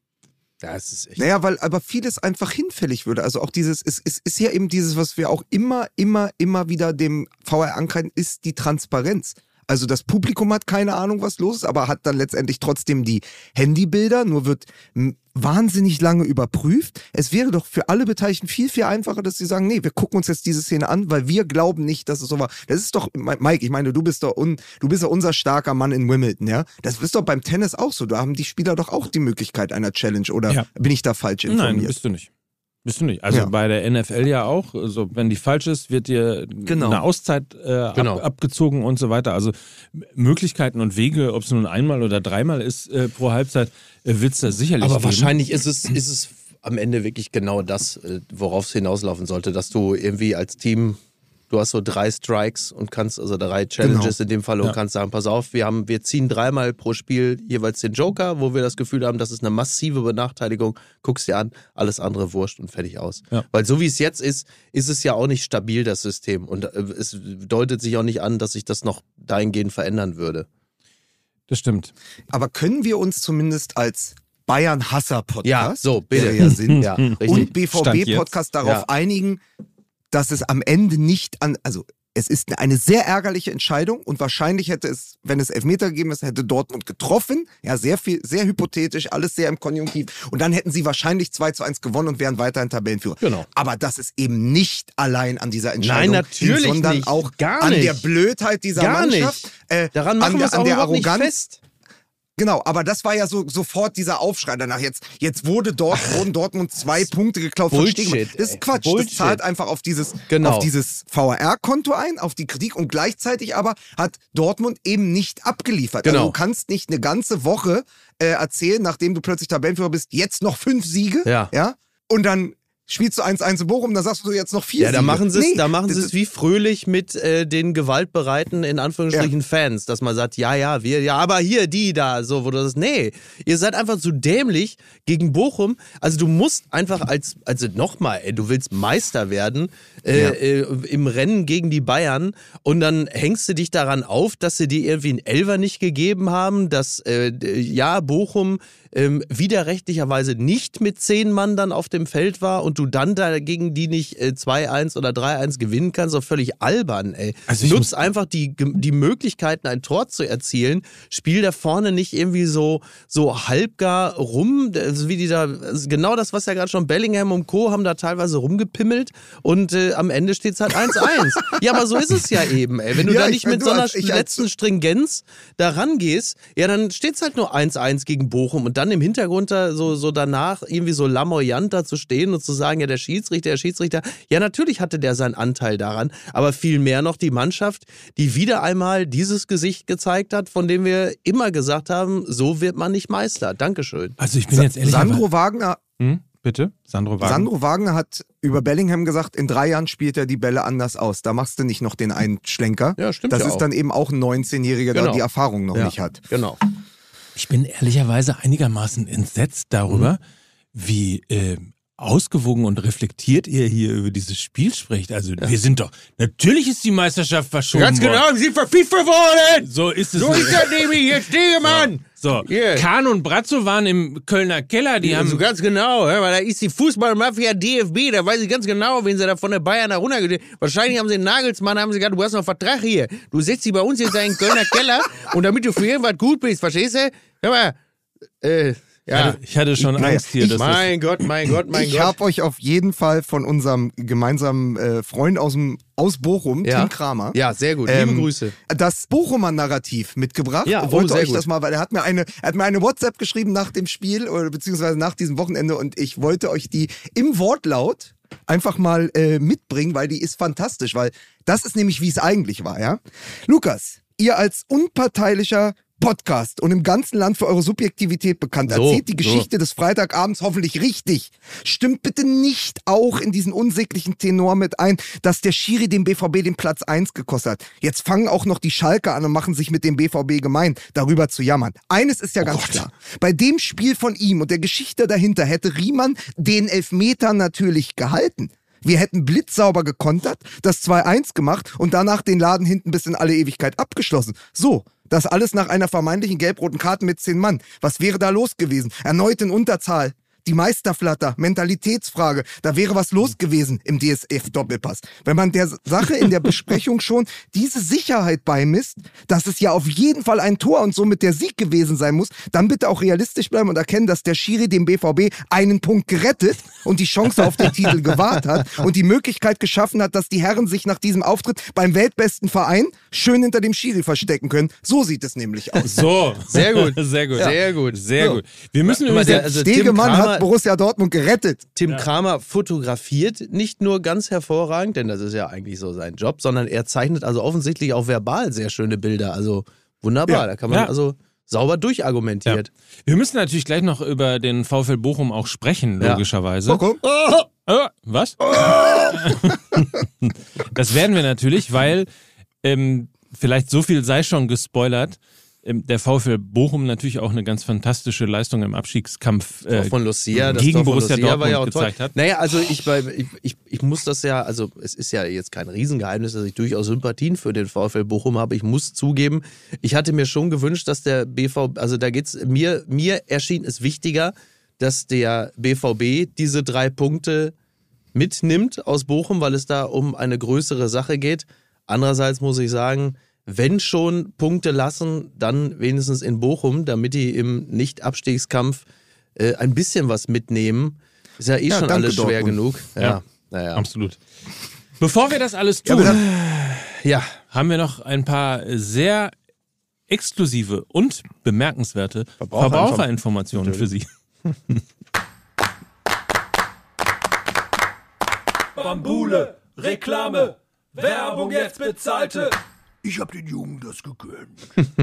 Das ist echt. Naja, weil aber vieles einfach hinfällig würde. Also auch dieses, es, es ist ja eben dieses, was wir auch immer, immer, immer wieder dem V R ankreiden, ist die Transparenz. Also das Publikum hat keine Ahnung, was los ist, aber hat dann letztendlich trotzdem die Handybilder, nur wird m- wahnsinnig lange überprüft. Es wäre doch für alle Beteiligten viel, viel einfacher, dass sie sagen, nee, wir gucken uns jetzt diese Szene an, weil wir glauben nicht, dass es so war. Das ist doch, Mike, ich meine, du bist doch un, du bist ja unser starker Mann in Wimbledon, ja? Das ist doch beim Tennis auch so. Da haben die Spieler doch auch die Möglichkeit einer Challenge, oder ja. bin ich da falsch informiert? Nein, bist du nicht. Bist du nicht. Also Ja. bei der N F L ja auch. Also wenn die falsch ist, wird dir Genau. eine Auszeit äh, Genau. ab, abgezogen und so weiter. Also M- Möglichkeiten und Wege, ob es nun einmal oder dreimal ist äh, pro Halbzeit, äh, wird es da sicherlich Aber geben. wahrscheinlich ist es, ist es am Ende wirklich genau das, äh, worauf es hinauslaufen sollte, dass du irgendwie als Team, du hast so drei Strikes und kannst, also drei Challenges Genau. in dem Fall und Ja. kannst sagen, pass auf, wir haben, wir ziehen dreimal pro Spiel jeweils den Joker, wo wir das Gefühl haben, das ist eine massive Benachteiligung, guckst dir an, alles andere wurscht und fertig aus. Ja. Weil so wie es jetzt ist, ist es ja auch nicht stabil, das System. Und äh, es deutet sich auch nicht an, dass sich das noch dahingehend verändern würde. Das stimmt. Aber können wir uns zumindest als Bayern-Hasser-Podcast, Ja, so, bitte. der wir ja sind, Ja, richtig. und B V Stand B-Podcast darauf Ja. einigen, dass es am Ende nicht an, also es ist eine sehr ärgerliche Entscheidung und wahrscheinlich hätte es, wenn es Elfmeter gegeben ist, hätte Dortmund getroffen. Ja, sehr viel, sehr hypothetisch, alles sehr im Konjunktiv. Und dann hätten sie wahrscheinlich zwei zu eins gewonnen und wären weiterhin Tabellenführer. Genau. Aber das ist eben nicht allein an dieser Entscheidung, Nein, natürlich liegt, sondern nicht. auch Gar an nicht. der Blödheit dieser Gar Mannschaft. nicht. Äh, Daran machen an wir der, es auch an der überhaupt nicht Arroganz. fest. Genau, aber das war ja so sofort dieser Aufschrei danach. Jetzt, jetzt wurde dort, wurden Dortmund zwei Punkte geklaut von Bullshit, Stegmann. Das ey. ist Quatsch. Bullshit. Das zahlt einfach auf dieses, Genau. auf dieses V R R-Konto ein, auf die Kritik und gleichzeitig aber hat Dortmund eben nicht abgeliefert. Genau. Also du kannst nicht eine ganze Woche äh, erzählen, nachdem du plötzlich Tabellenführer bist, jetzt noch fünf Siege. Ja. ja? Und dann spielst du eins eins in Bochum, dann sagst du jetzt noch vier Ja, da Siege. machen sie es Nee, da machen das sie es ist- wie fröhlich mit äh, den gewaltbereiten, in Anführungsstrichen, Fans, dass man sagt, ja, ja, wir, ja, aber hier, die da, so, wo du das, nee, ihr seid einfach zu dämlich gegen Bochum. Also du musst einfach als, also nochmal, ey, du willst Meister werden äh, Ja. äh, im Rennen gegen die Bayern und dann hängst du dich daran auf, dass sie dir irgendwie einen Elfer nicht gegeben haben, dass, äh, ja, Bochum ähm, widerrechtlicherweise nicht mit zehn Mann dann auf dem Feld war und du dann dagegen die nicht äh, zwei eins oder drei eins gewinnen kannst, doch völlig albern, ey. Also ich Nutz einfach die, die Möglichkeiten, ein Tor zu erzielen. Spiel da vorne nicht irgendwie so, so halbgar rum, also wie die da, also genau das, was ja gerade schon Bellingham und Co. haben da teilweise rumgepimmelt und äh, am Ende steht es halt eins eins. Ja, aber so ist es ja eben, ey. Wenn du Ja, da ich nicht mein, mit du so einer als- ich als- letzten Stringenz da rangehst, ja, dann steht es halt nur eins eins gegen Bochum und dann im Hintergrund da so, so danach irgendwie so lamoyant da zu stehen und zu sagen, ja, der Schiedsrichter, der Schiedsrichter, ja, natürlich hatte der seinen Anteil daran, aber vielmehr noch die Mannschaft, die wieder einmal dieses Gesicht gezeigt hat, von dem wir immer gesagt haben, so wird man nicht Meister. Dankeschön. Also ich bin jetzt ehrlich. Sandro Wagner Hm? Bitte? Sandro Wagner. Sandro Wagner hat über Bellingham gesagt, in drei Jahren spielt er die Bälle anders aus. Da machst du nicht noch den einen Schlenker. Ja, stimmt Das ja ist auch. dann eben auch ein neunzehnjähriger, der Genau. die Erfahrung noch Ja, nicht hat. Genau. Ich bin ehrlicherweise einigermaßen entsetzt darüber, Mhm. wie äh, ausgewogen und reflektiert ihr hier über dieses Spiel spricht. Also wir sind doch, natürlich ist die Meisterschaft verschoben worden. wir sind verpfiffen worden! So ist es. So ist das nämlich, jetzt stehe Mann! So, Yeah. Kahn und Brazzo waren im Kölner Keller, die haben... Also ganz genau, ja, weil da ist die Fußballmafia D F B, da weiß ich ganz genau, wen sie da von der Bayern da runtergestellt. Wahrscheinlich haben sie den Nagelsmann, haben sie gesagt, du hast noch einen Vertrag hier. Du setzt sie bei uns jetzt in den Kölner Keller und damit du für irgendwas gut bist, verstehst du? Hör mal, äh, ich, ja. hatte, ich hatte schon Naja, Angst hier. ich- dass das, Mein Gott, mein Gott, mein ich Gott. habe euch auf jeden Fall von unserem gemeinsamen äh, Freund aus, dem, aus Bochum, Ja. Tim Kramer, Ja, sehr gut. Liebe ähm, Grüße. das Bochumer Narrativ mitgebracht. Ja, und oh, wollte sehr euch gut. das mal, weil er hat mir eine, er hat mir eine WhatsApp geschrieben nach dem Spiel oder beziehungsweise nach diesem Wochenende und ich wollte euch die im Wortlaut einfach mal äh, mitbringen, weil die ist fantastisch, weil das ist nämlich, wie es eigentlich war, ja. Lukas, ihr als unparteilicher Podcast und im ganzen Land für eure Subjektivität bekannt. So, Erzählt die so. Geschichte des Freitagabends hoffentlich richtig. Stimmt bitte nicht auch in diesen unsäglichen Tenor mit ein, dass der Schiri dem B V B den Platz eins gekostet hat. Jetzt fangen auch noch die Schalker an und machen sich mit dem B V B gemein, darüber zu jammern. Eines ist ja ganz klar. Bei dem Spiel von ihm und der Geschichte dahinter hätte Riemann den Elfmeter natürlich gehalten. Wir hätten blitzsauber gekontert, das zwei eins gemacht und danach den Laden hinten bis in alle Ewigkeit abgeschlossen. So, das alles nach einer vermeintlichen gelb-roten Karte mit zehn Mann. Was wäre da los gewesen? Erneut in Unterzahl. Die Meisterflatter, Mentalitätsfrage, da wäre was los gewesen im D S F-Doppelpass. Wenn man der Sache in der Besprechung schon diese Sicherheit beimisst, dass es ja auf jeden Fall ein Tor und somit der Sieg gewesen sein muss, dann bitte auch realistisch bleiben und erkennen, dass der Schiri dem B V B einen Punkt gerettet und die Chance auf den Titel gewahrt hat und die Möglichkeit geschaffen hat, dass die Herren sich nach diesem Auftritt beim weltbesten Verein schön hinter dem Schiri verstecken können. So sieht es nämlich aus. so, Sehr gut. sehr gut. Sehr gut. Sehr So. gut. Wir müssen Guck mal, übrigens der- jetzt- also Tim Stegemann Kramer- hat Kramer, hat Borussia Dortmund gerettet. Tim Kramer fotografiert nicht nur ganz hervorragend, denn das ist ja eigentlich so sein Job, sondern er zeichnet also offensichtlich auch verbal sehr schöne Bilder. Also wunderbar, Ja. da kann man Ja. also sauber durchargumentiert. Ja. Wir müssen natürlich gleich noch über den VfL Bochum auch sprechen, Ja. logischerweise. Guck, Äh, was? Das werden wir natürlich, weil ähm, vielleicht so viel sei schon gespoilert. Ähm, der VfL Bochum natürlich auch eine ganz fantastische Leistung im Abstiegskampf äh, Tor von Lucia, das gegen Tor von Borussia Lucia Dortmund war ja auch gezeigt toll. hat. Naja, also ich, bei, ich, ich, ich muss das ja, also es ist ja jetzt kein Riesengeheimnis, dass ich durchaus Sympathien für den VfL Bochum habe. Ich muss zugeben, ich hatte mir schon gewünscht, dass der B V B, also da geht's, mir, mir erschien es wichtiger, dass der B V B diese drei Punkte mitnimmt aus Bochum, weil es da um eine größere Sache geht. Andererseits muss ich sagen, wenn schon Punkte lassen, dann wenigstens in Bochum, damit die im Nicht-Abstiegskampf äh, ein bisschen was mitnehmen. Ist ja eh Ja, schon danke, alles schwer Dortmund. genug. Ja, Ja. naja. Absolut. Bevor wir das alles Ja, tun, aber Ja, haben wir noch ein paar sehr exklusive und bemerkenswerte Verbraucherinform- Verbraucherinformationen für Sie. Bambule, Reklame, Werbung jetzt bezahlte. Ich hab den Jungen das gegönnt.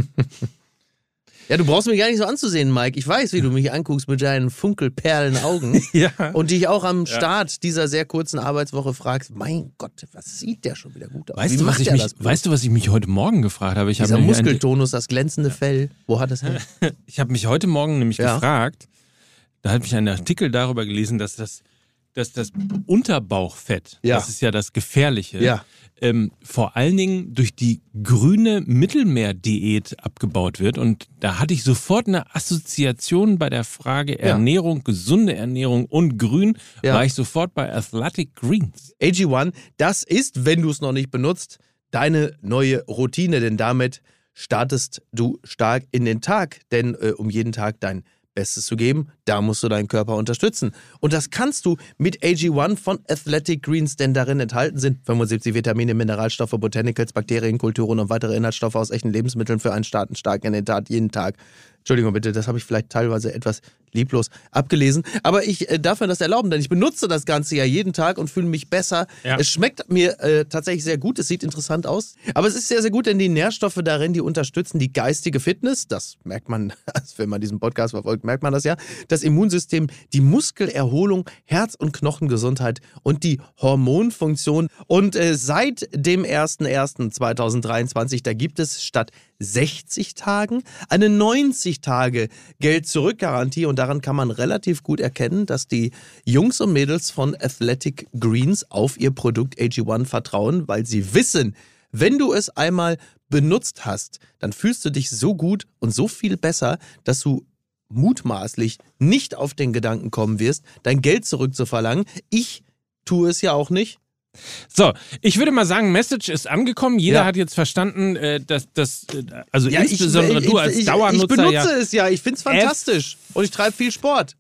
ja, du brauchst mich gar nicht so anzusehen, Mike. Ich weiß, wie du mich anguckst mit deinen funkelperlen-Augen. Ja. Und dich auch am Start dieser sehr kurzen Arbeitswoche fragst, mein Gott, was sieht der schon wieder gut aus? Weißt Wie du, was macht ich der mich, das bloß? weißt du, was ich mich heute Morgen gefragt habe? Ich habe Dieser nämlich ein- Muskeltonus, das glänzende Fell, wo hat es her? Ich habe mich heute Morgen nämlich Ja. gefragt, da habe ich einen Artikel darüber gelesen, dass das, dass das Unterbauchfett, Ja. das ist ja das Gefährliche, Ja. ähm, vor allen Dingen durch die grüne Mittelmeerdiät abgebaut wird. Und da hatte ich sofort eine Assoziation bei der Frage Ernährung, gesunde Ernährung und Grün, Ja. war ich sofort bei Athletic Greens. A G eins, das ist, wenn du es noch nicht benutzt, deine neue Routine, denn damit startest du stark in den Tag, denn äh, um jeden Tag dein Bestes zu geben, da musst du deinen Körper unterstützen. Und das kannst du mit A G eins von Athletic Greens, denn darin enthalten sind fünfundsiebzig Vitamine, Mineralstoffe, Botanicals, Bakterien, Kulturen und weitere Inhaltsstoffe aus echten Lebensmitteln für einen starken, starken in den Tat jeden Tag. Entschuldigung bitte, das habe ich vielleicht teilweise etwas lieblos abgelesen, aber ich äh, darf mir das erlauben, denn ich benutze das Ganze ja jeden Tag und fühle mich besser. Ja. Es schmeckt mir äh, tatsächlich sehr gut, es sieht interessant aus, aber es ist sehr, sehr gut, denn die Nährstoffe darin, die unterstützen die geistige Fitness, das merkt man, also wenn man diesen Podcast verfolgt, merkt man das ja, das Immunsystem, die Muskelerholung, Herz- und Knochengesundheit und die Hormonfunktion. Und äh, seit dem ersten ersten zweitausenddreiundzwanzig, da gibt es statt sechzig Tagen eine neunzig Tage Geld-Zurück-Garantie und daran kann man relativ gut erkennen, dass die Jungs und Mädels von Athletic Greens auf ihr Produkt A G eins vertrauen, weil sie wissen, wenn du es einmal benutzt hast, dann fühlst du dich so gut und so viel besser, dass du mutmaßlich nicht auf den Gedanken kommen wirst, dein Geld zurückzuverlangen. Ich tue es ja auch nicht. So, ich würde mal sagen, Message ist angekommen. Jeder Ja. hat jetzt verstanden, äh, dass das, äh, also Ja, insbesondere ich, du ich, als ich, Dauernutzer Ich benutze ja. es ja, ich finde es fantastisch. Und ich treibe viel Sport.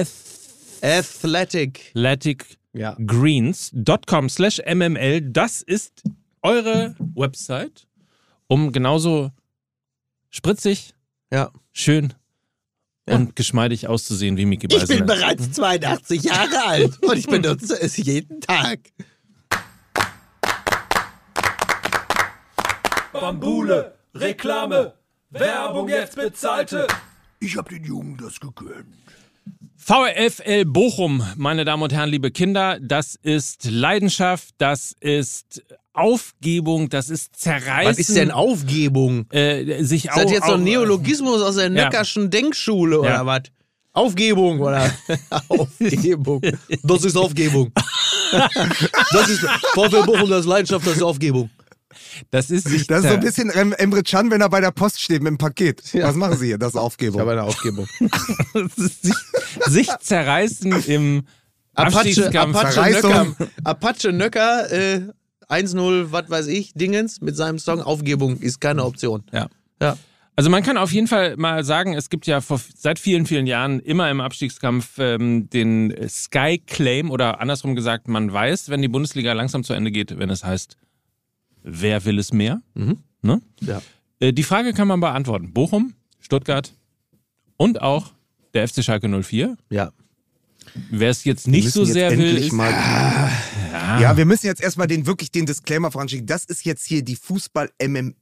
Athletic. Ja. Greens.com slash mml, das ist eure Website, um genauso spritzig, Ja. schön Ja. und geschmeidig auszusehen wie Micky Ich bin Beisenherz. bereits zweiundachtzig Jahre alt und ich benutze es jeden Tag. Bambule, Reklame, Werbung jetzt bezahlte. Ich hab den Jungen das gegönnt. VfL Bochum, meine Damen und Herren, liebe Kinder, das ist Leidenschaft, das ist Aufgebung, das ist Zerreißen. Was ist denn Aufgebung? Äh, sich Ist das au- jetzt so au- ein Neologismus aus der Nöckerschen Denkschule oder Ja. was? Aufgebung oder? Aufgebung. Das ist Aufgebung. Das ist VfL Bochum, das ist Leidenschaft, das ist Aufgebung. Das ist sich Das ist so ein zer- bisschen Em- Emre Can, wenn er bei der Post steht mit dem Paket. Was machen Sie hier? Das ist Aufgebung. Ich habe eine Aufgebung. das ist sich, sich zerreißen im Apache, Abstiegskampf. Apache Zerreißung. Nöcker, Apache Nöcker, äh, eins null, was weiß ich, Dingens mit seinem Song Aufgebung ist keine Option. Ja. Ja. Also man kann auf jeden Fall mal sagen, es gibt ja vor, seit vielen, vielen Jahren immer im Abstiegskampf ähm, den Sky Claim oder andersrum gesagt, man weiß, wenn die Bundesliga langsam zu Ende geht, wenn es heißt, wer will es mehr? Ne? Ja. Äh, die Frage kann man beantworten. Bochum, Stuttgart und auch der F C Schalke null vier. Ja. Wer es jetzt nicht so jetzt sehr will, endlich ist, mal. ah, ja. Ja, wir müssen jetzt erstmal den wirklich den Disclaimer voranschicken. Das ist jetzt hier die Fußball-M M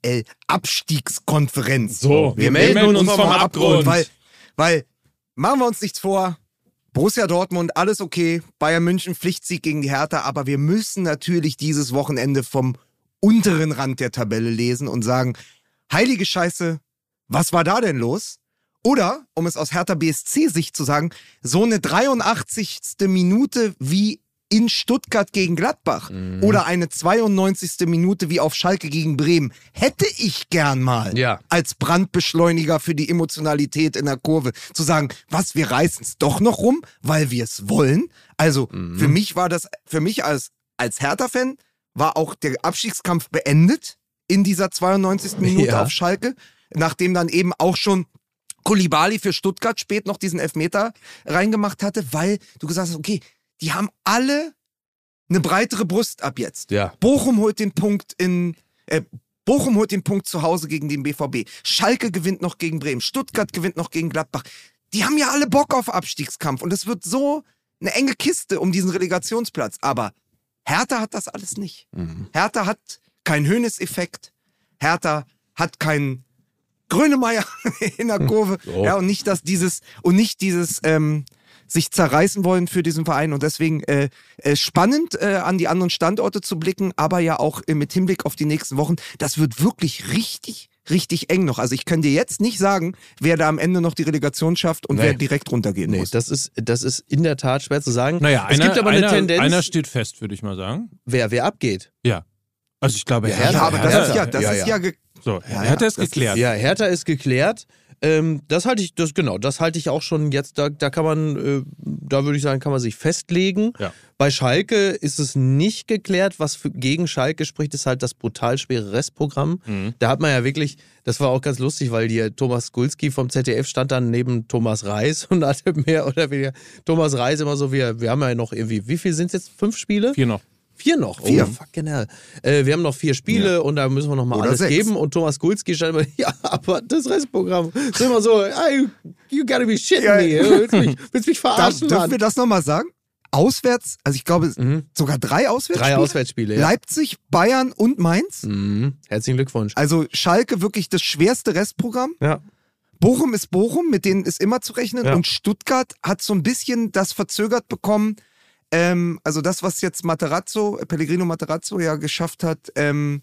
L-Abstiegskonferenz. So, wir, melden uns vom Abgrund. Weil, weil, machen wir uns nichts vor, Borussia Dortmund, alles okay, Bayern München, Pflichtsieg gegen die Hertha, aber wir müssen natürlich dieses Wochenende vom unteren Rand der Tabelle lesen und sagen, heilige Scheiße, was war da denn los? Oder, um es aus Hertha B S C-Sicht zu sagen, so eine dreiundachtzigste Minute wie in Stuttgart gegen Gladbach mhm. oder eine zweiundneunzigste Minute wie auf Schalke gegen Bremen hätte ich gern mal Ja. als Brandbeschleuniger für die Emotionalität in der Kurve. Zu sagen, was, wir reißen es doch noch rum, weil wir es wollen. Also mhm. für mich war das, für mich als, als Hertha-Fan war auch der Abstiegskampf beendet in dieser zweiundneunzigsten Minute Ja. auf Schalke, nachdem dann eben auch schon Koulibaly für Stuttgart spät noch diesen Elfmeter reingemacht hatte, weil du gesagt hast, okay, die haben alle eine breitere Brust ab jetzt. Ja. Bochum holt den Punkt in, äh, Bochum holt den Punkt zu Hause gegen den B V B. Schalke gewinnt noch gegen Bremen. Stuttgart gewinnt noch gegen Gladbach. Die haben ja alle Bock auf Abstiegskampf und es wird so eine enge Kiste um diesen Relegationsplatz. Aber Hertha hat das alles nicht. Mhm. Hertha hat keinen Hoeneß-Effekt. Hertha hat keinen Grönemeyer in der Kurve. Oh. Ja, und nicht, dass dieses, und nicht dieses, ähm, sich zerreißen wollen für diesen Verein und deswegen äh, äh, spannend äh, an die anderen Standorte zu blicken, aber ja auch äh, mit Hinblick auf die nächsten Wochen. Das wird wirklich richtig, richtig eng noch. Also ich kann dir jetzt nicht sagen, wer da am Ende noch die Relegation schafft und Nee. wer direkt runtergehen Nee, muss. das ist, das ist in der Tat schwer zu sagen. Naja, es einer, gibt aber eine einer, Tendenz, einer steht fest, würde ich mal sagen. wer, wer abgeht. Ja. Also ich glaube, Ja, Hertha, ja, aber das Hertha, ist ja, das Ja, ist ja. ja, ge- so, Ja, Hertha ja, ist das ist- geklärt. Ja, Hertha ist geklärt. Ähm, das halte ich, das genau, das halte ich auch schon jetzt, da, da kann man, äh, da würde ich sagen, kann man sich festlegen. Ja. Bei Schalke ist es nicht geklärt. Was für, gegen Schalke spricht, ist halt das brutal schwere Restprogramm. Mhm. Da hat man ja wirklich, das war auch ganz lustig, weil hier Thomas Skulski vom Z D F stand dann neben Thomas Reis und hatte mehr oder weniger Thomas Reis immer so, wir, wir haben ja noch irgendwie, wie viel sind es jetzt? Fünf Spiele? Vier noch. Vier noch? Vier. Oh, fucking hell. Äh, wir haben noch vier Spiele und da müssen wir noch mal Oder alles sechs. geben. Und Thomas Gulski stand immer, ja, aber das Restprogramm ist immer so, hey, you gotta be shitting Ja. me. Willst mich, willst mich da, verarschen, dürfen Mann? wir das nochmal sagen? Auswärts, also ich glaube Mhm. sogar drei Auswärtsspiele. Drei Auswärtsspiele, ja. Leipzig, Bayern und Mainz. Mhm. Herzlichen Glückwunsch. Also Schalke wirklich das schwerste Restprogramm. Ja. Bochum ist Bochum, mit denen ist immer zu rechnen. Ja. Und Stuttgart hat so ein bisschen das verzögert bekommen. Ähm, also das, was jetzt Materazzo, Pellegrino Materazzo ja geschafft hat, ähm,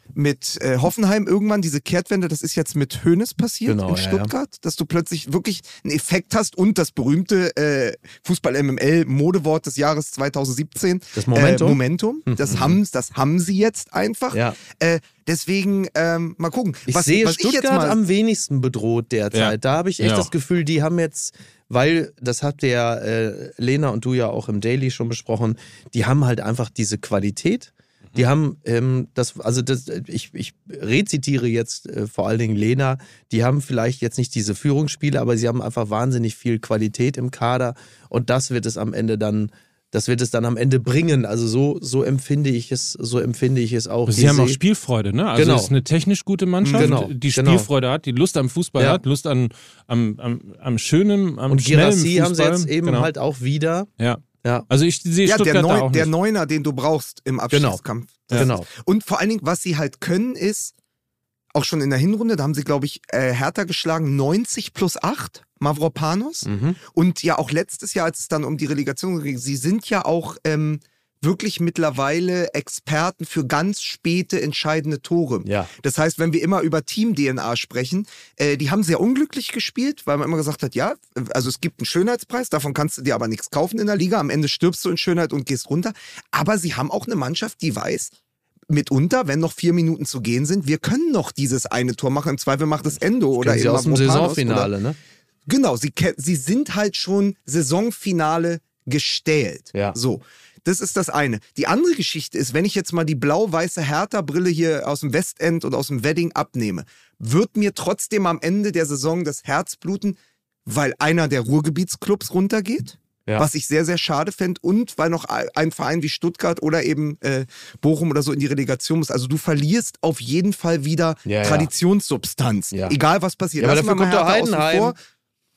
mit äh, Hoffenheim irgendwann, diese Kehrtwende, das ist jetzt mit Hoeneß passiert Genau, in ja, Stuttgart, dass du plötzlich wirklich einen Effekt hast und das berühmte äh, Fußball-M M L-Modewort des Jahres zweitausendsiebzehn. Das Momentum. Äh, Momentum. Das, haben, das haben sie jetzt einfach. Ja. Äh, deswegen, ähm, mal gucken. Ich was, sehe was ich jetzt Stuttgart mal, am wenigsten bedroht derzeit. Ja. Da habe ich echt Ja. das Gefühl, die haben jetzt, weil, das habt ihr ja, äh, Lena und du ja auch im Daily schon besprochen, die haben halt einfach diese Qualität. Die haben ähm, das, also das, ich, ich rezitiere jetzt äh, vor allen Dingen Lena, die haben vielleicht jetzt nicht diese Führungsspiele, aber sie haben einfach wahnsinnig viel Qualität im Kader und das wird es am Ende dann, das wird es dann am Ende bringen. Also so, so empfinde ich es, so empfinde ich es auch. Sie Die haben auch seh- Spielfreude, ne? Also Genau. es ist eine technisch gute Mannschaft, Genau, die genau. Spielfreude hat, die Lust am Fußball Ja. hat, Lust an, am, am, am schönen, am und schnellen Girassi Fußball. haben sie jetzt eben genau. halt auch wieder. Ja. Ja. Also ich sehe ja, Stuttgart der, da Neu, auch der nicht. Neuner, den du brauchst im Abstiegskampf. Das Genau. ist- Und vor allen Dingen, was sie halt können, ist, auch schon in der Hinrunde, da haben sie, glaube ich, äh, Hertha geschlagen, neunzig plus acht, Mavropanos. Mhm. Und ja auch letztes Jahr, als es dann um die Relegation ging, sie sind ja auch ähm, wirklich mittlerweile Experten für ganz späte entscheidende Tore. Ja. Das heißt, wenn wir immer über Team-D N A sprechen, äh, die haben sehr unglücklich gespielt, weil man immer gesagt hat, ja, also es gibt einen Schönheitspreis, davon kannst du dir aber nichts kaufen in der Liga, am Ende stirbst du in Schönheit und gehst runter. Aber sie haben auch eine Mannschaft, die weiß, mitunter, wenn noch vier Minuten zu gehen sind, wir können noch dieses eine Tor machen, im Zweifel macht es Endo oder Kennen sie eben aus dem Mavropanos Saisonfinale, oder- ne? Genau, sie, ke- sie sind halt schon Saisonfinale gestählt. Ja. So, das ist das eine. Die andere Geschichte ist, wenn ich jetzt mal die blau-weiße Hertha-Brille hier aus dem Westend und aus dem Wedding abnehme, wird mir trotzdem am Ende der Saison das Herz bluten, weil einer der Ruhrgebietsclubs runtergeht. Ja. Was ich sehr, sehr schade fände. Und weil noch ein Verein wie Stuttgart oder eben äh, Bochum oder so in die Relegation muss. Also du verlierst auf jeden Fall wieder Ja, ja. Traditionssubstanz. Ja. Egal was passiert. Ja, aber Lassen dafür wir mal kommt doch Hertha außen Heidenheim. vor.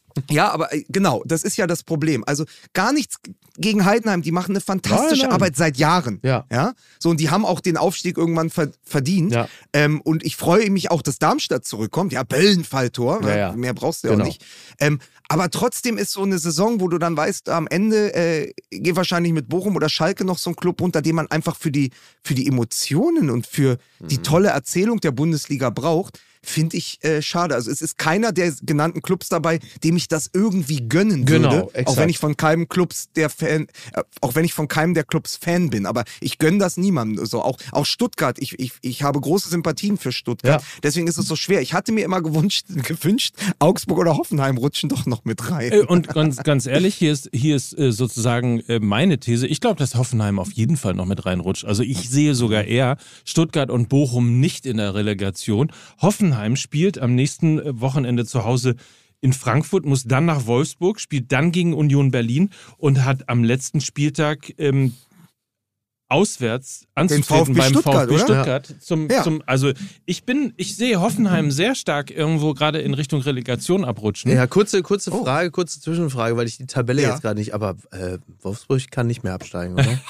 Ja, aber äh, genau, das ist ja das Problem. Also gar nichts gegen Heidenheim, die machen eine fantastische Nein, nein. Arbeit seit Jahren. Ja. Ja. So, und die haben auch den Aufstieg irgendwann ver- verdient. Ja. Ähm, und ich freue mich auch, dass Darmstadt zurückkommt. Ja, Böllenfalltor, Ja, ja. mehr brauchst du ja Genau. auch nicht. Ähm, aber trotzdem ist so eine Saison, wo du dann weißt, am Ende äh, geht wahrscheinlich mit Bochum oder Schalke noch so ein Club runter, den man einfach für die, für die Emotionen und für die Mhm. tolle Erzählung der Bundesliga braucht. Finde ich äh, schade. Also es ist keiner der genannten Clubs dabei, dem ich das irgendwie gönnen Genau, würde. Auch exakt. wenn ich von keinem Clubs der Fan, äh, auch wenn ich von keinem der Clubs Fan bin. Aber ich gönne das niemandem. So auch, auch Stuttgart. Ich, ich, ich habe große Sympathien für Stuttgart. Ja. Deswegen ist es so schwer. Ich hatte mir immer gewünscht, gewünscht, Augsburg oder Hoffenheim rutschen doch noch mit rein. Äh, Und ganz, ganz ehrlich, hier ist, hier ist äh, sozusagen äh, meine These. Ich glaube, dass Hoffenheim auf jeden Fall noch mit reinrutscht. Also ich sehe sogar eher Stuttgart und Bochum nicht in der Relegation. Hoffenheim spielt am nächsten äh, Wochenende zu Hause in Frankfurt, muss dann nach Wolfsburg, spielt dann gegen Union Berlin und hat am letzten Spieltag ähm, auswärts anzutreten VfB beim Stuttgart, VfB oder? Stuttgart. Zum, Ja. zum, also ich bin, ich sehe Hoffenheim sehr stark irgendwo gerade in Richtung Relegation abrutschen. Ja, kurze, kurze Oh. Frage, kurze Zwischenfrage, weil ich die Tabelle Ja. jetzt gerade nicht, aber äh, Wolfsburg kann nicht mehr absteigen, oder?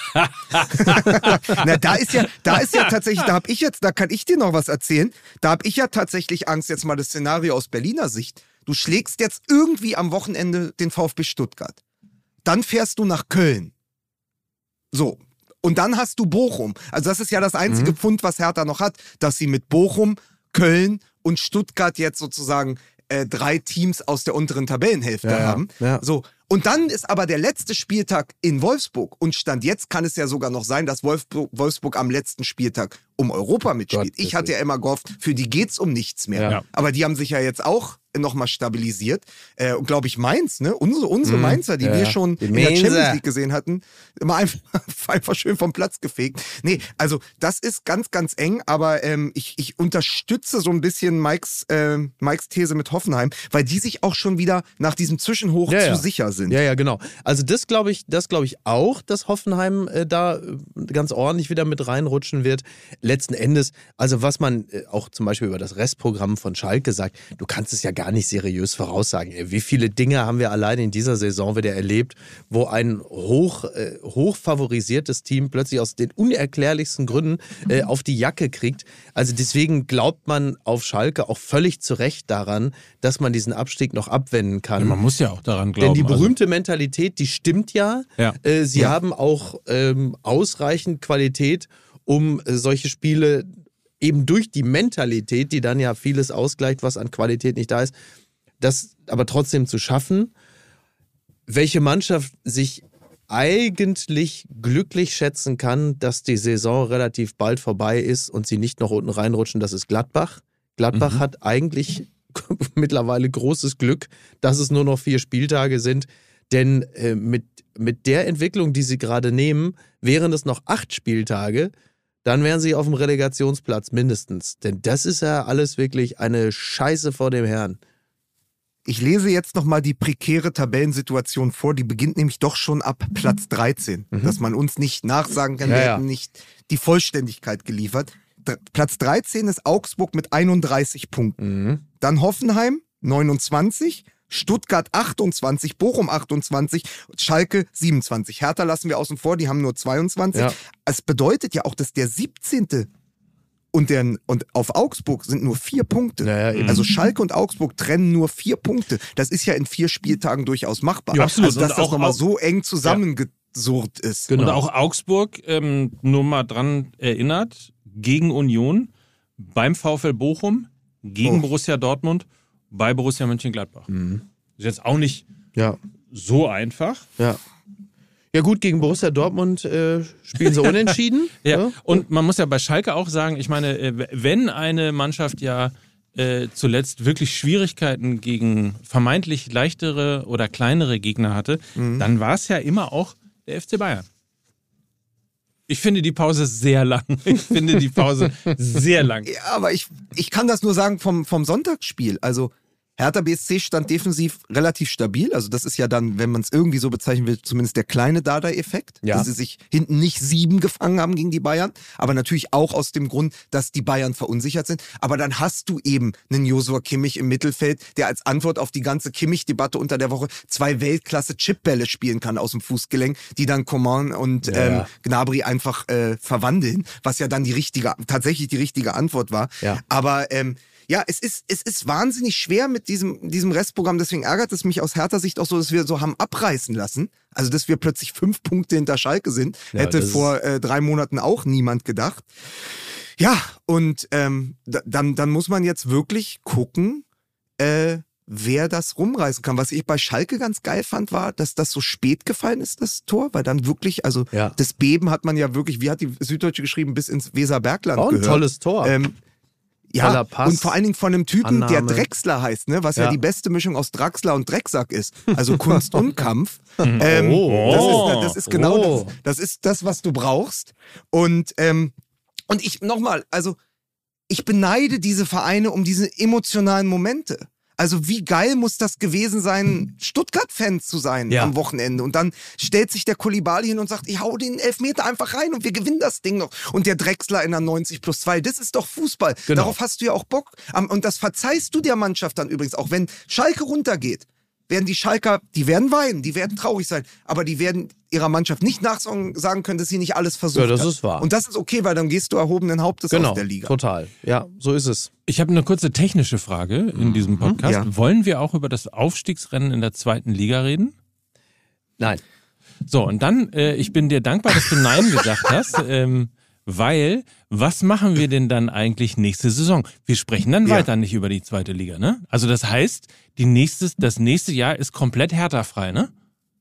Na, da ist ja, da ist ja tatsächlich, da habe ich jetzt, da kann ich dir noch was erzählen. Da habe ich ja tatsächlich Angst, jetzt mal das Szenario aus Berliner Sicht. Du schlägst jetzt irgendwie am Wochenende den VfB Stuttgart. Dann fährst du nach Köln. So. Und dann hast du Bochum. Also das ist ja das einzige Pfund, was Hertha noch hat, dass sie mit Bochum, Köln und Stuttgart jetzt sozusagen äh, drei Teams aus der unteren Tabellenhälfte Ja, ja. haben. Ja. So. Und dann ist aber der letzte Spieltag in Wolfsburg. Und Stand jetzt kann es ja sogar noch sein, dass Wolfsburg, Wolfsburg am letzten Spieltag um Europa mitspielt. Gott, ich hatte ja immer gehofft, für die geht's um nichts mehr. Ja. Aber die haben sich ja jetzt auch nochmal stabilisiert. Äh, und glaube ich Mainz, ne? Unsere, unsere Mhm. Mainzer, die Ja, wir ja. schon Die in der Mainzer. Champions League gesehen hatten, immer einfach, einfach schön vom Platz gefegt. Nee, also das ist ganz, ganz eng, aber ähm, ich, ich unterstütze so ein bisschen Mikes, äh, Mikes These mit Hoffenheim, weil die sich auch schon wieder nach diesem Zwischenhoch Ja, zu ja. sicher sind. Ja, ja, genau. Also das glaube ich, das glaube ich auch, dass Hoffenheim äh, da äh, ganz ordentlich wieder mit reinrutschen wird. Letzten Endes, also was man äh, auch zum Beispiel über das Restprogramm von Schalke sagt, du kannst es ja gar nicht seriös voraussagen. Ey, wie viele Dinge haben wir allein in dieser Saison wieder erlebt, wo ein hoch, äh, hoch favorisiertes Team plötzlich aus den unerklärlichsten Gründen äh, auf die Jacke kriegt. Also deswegen glaubt man auf Schalke auch völlig zu Recht daran, dass man diesen Abstieg noch abwenden kann. Man muss ja auch daran glauben. Denn die also- berühmte Mentalität, die stimmt ja. Ja. Äh, sie Ja. haben auch ähm, ausreichend Qualität, um äh, solche Spiele eben durch die Mentalität, die dann ja vieles ausgleicht, was an Qualität nicht da ist, das aber trotzdem zu schaffen. Welche Mannschaft sich eigentlich glücklich schätzen kann, dass die Saison relativ bald vorbei ist und sie nicht noch unten reinrutschen, das ist Gladbach. Gladbach Mhm. hat eigentlich mittlerweile großes Glück, dass es nur noch vier Spieltage sind, denn äh, mit, mit der Entwicklung, die sie gerade nehmen, wären es noch acht Spieltage, dann wären sie auf dem Relegationsplatz mindestens. Denn das ist ja alles wirklich eine Scheiße vor dem Herrn. Ich lese jetzt nochmal die prekäre Tabellensituation vor. Die beginnt nämlich doch schon ab Platz dreizehn. Dass man uns nicht nachsagen kann, Ja, wir ja. hätten nicht die Vollständigkeit geliefert. Dr- Platz dreizehn ist Augsburg mit einunddreißig Punkten. Dann Hoffenheim neunundzwanzig, Stuttgart achtundzwanzig, Bochum achtundzwanzig, Schalke siebenundzwanzig. Hertha lassen wir außen vor, die haben nur zweiundzwanzig. Ja. Es bedeutet ja auch, dass der siebzehnte und, der, und auf Augsburg sind nur vier Punkte. Ja, ja, eben. Also Schalke und Augsburg trennen nur vier Punkte. Das ist ja in vier Spieltagen durchaus machbar. Ja, absolut. Also dass Und das auch- nochmal auch- so eng zusammengesurrt ist. Genau. Und auch Augsburg, ähm, nur mal dran erinnert, gegen Union, beim VfL Bochum, gegen Oh. Borussia Dortmund, bei Borussia Mönchengladbach. Ist jetzt auch nicht Ja, so einfach. ja. Ja gut, gegen Borussia Dortmund äh, spielen sie unentschieden. Ja, und man muss ja bei Schalke auch sagen, ich meine, äh, wenn eine Mannschaft ja äh, zuletzt wirklich Schwierigkeiten gegen vermeintlich leichtere oder kleinere Gegner hatte, dann war es ja immer auch der F C Bayern. Ich finde die Pause sehr lang. Ich finde die Pause sehr lang. Ja, aber ich, ich kann das nur sagen vom, vom Sonntagsspiel. Also Hertha B S C stand defensiv relativ stabil. Also das ist ja dann, wenn man es irgendwie so bezeichnen will, zumindest der kleine Dardai-Effekt, Ja. dass sie sich hinten nicht sieben gefangen haben gegen die Bayern. Aber natürlich auch aus dem Grund, dass die Bayern verunsichert sind. Aber dann hast du eben einen Joshua Kimmich im Mittelfeld, der als Antwort auf die ganze Kimmich-Debatte unter der Woche zwei Weltklasse-Chipbälle spielen kann aus dem Fußgelenk, die dann Coman und Ja, ähm, ja. Gnabry einfach äh, verwandeln, was ja dann die richtige, tatsächlich die richtige Antwort war. Ja. Aber ähm, ja, es ist, es ist wahnsinnig schwer mit diesem, diesem Restprogramm. Deswegen ärgert es mich aus Hertha Sicht auch so, dass wir so haben abreißen lassen. Also, dass wir plötzlich fünf Punkte hinter Schalke sind. Ja, Hätte das vor äh, drei Monaten auch niemand gedacht. Ja, und ähm, da, dann, dann muss man jetzt wirklich gucken, äh, wer das rumreißen kann. Was ich bei Schalke ganz geil fand, war, dass das so spät gefallen ist, das Tor, weil dann wirklich, also Ja. das Beben hat man ja wirklich, wie hat die Süddeutsche geschrieben, bis ins Weserbergland Auch ein gehört. tolles Tor. Ähm, ja, Toller Pass, und vor allen Dingen von einem Typen, der Annahme. Drechsler heißt, ne? Was ja. Ja. die beste Mischung aus Draxler und Drecksack ist. Also Kunst und Kampf. Ähm, Oh. das, ist, das ist genau Oh. das, das ist das, was du brauchst. Und, ähm, und ich, nochmal, also ich beneide diese Vereine um diese emotionalen Momente. Also wie geil muss das gewesen sein, Stuttgart-Fans zu sein Ja. am Wochenende. Und dann stellt sich der Koulibaly hin und sagt, ich hau den Elfmeter einfach rein und wir gewinnen das Ding noch. Und der Drechsler in der neunzig plus zwei, das ist doch Fußball. Genau. Darauf hast du ja auch Bock. Am- Und das verzeihst du der Mannschaft dann übrigens. Auch wenn Schalke runtergeht, werden die Schalker, die werden weinen, die werden traurig sein. Aber die werden ihrer Mannschaft nicht nachsagen sagen können, dass sie nicht alles versucht Ja, das hat. ist wahr. Und das ist okay, weil dann gehst du erhobenen Hauptes Genau, aus der Liga. total. Ja, so ist es. Ich habe eine kurze technische Frage in diesem Podcast. Ja. Wollen wir auch über das Aufstiegsrennen in der zweiten Liga reden? Nein. So, und dann, äh, ich bin dir dankbar, dass du Nein gesagt hast, ähm, weil, was machen wir denn dann eigentlich nächste Saison? Wir sprechen dann Ja. weiter nicht über die zweite Liga, ne? Also das heißt, die nächste, das nächste Jahr ist komplett Hertha-frei, ne?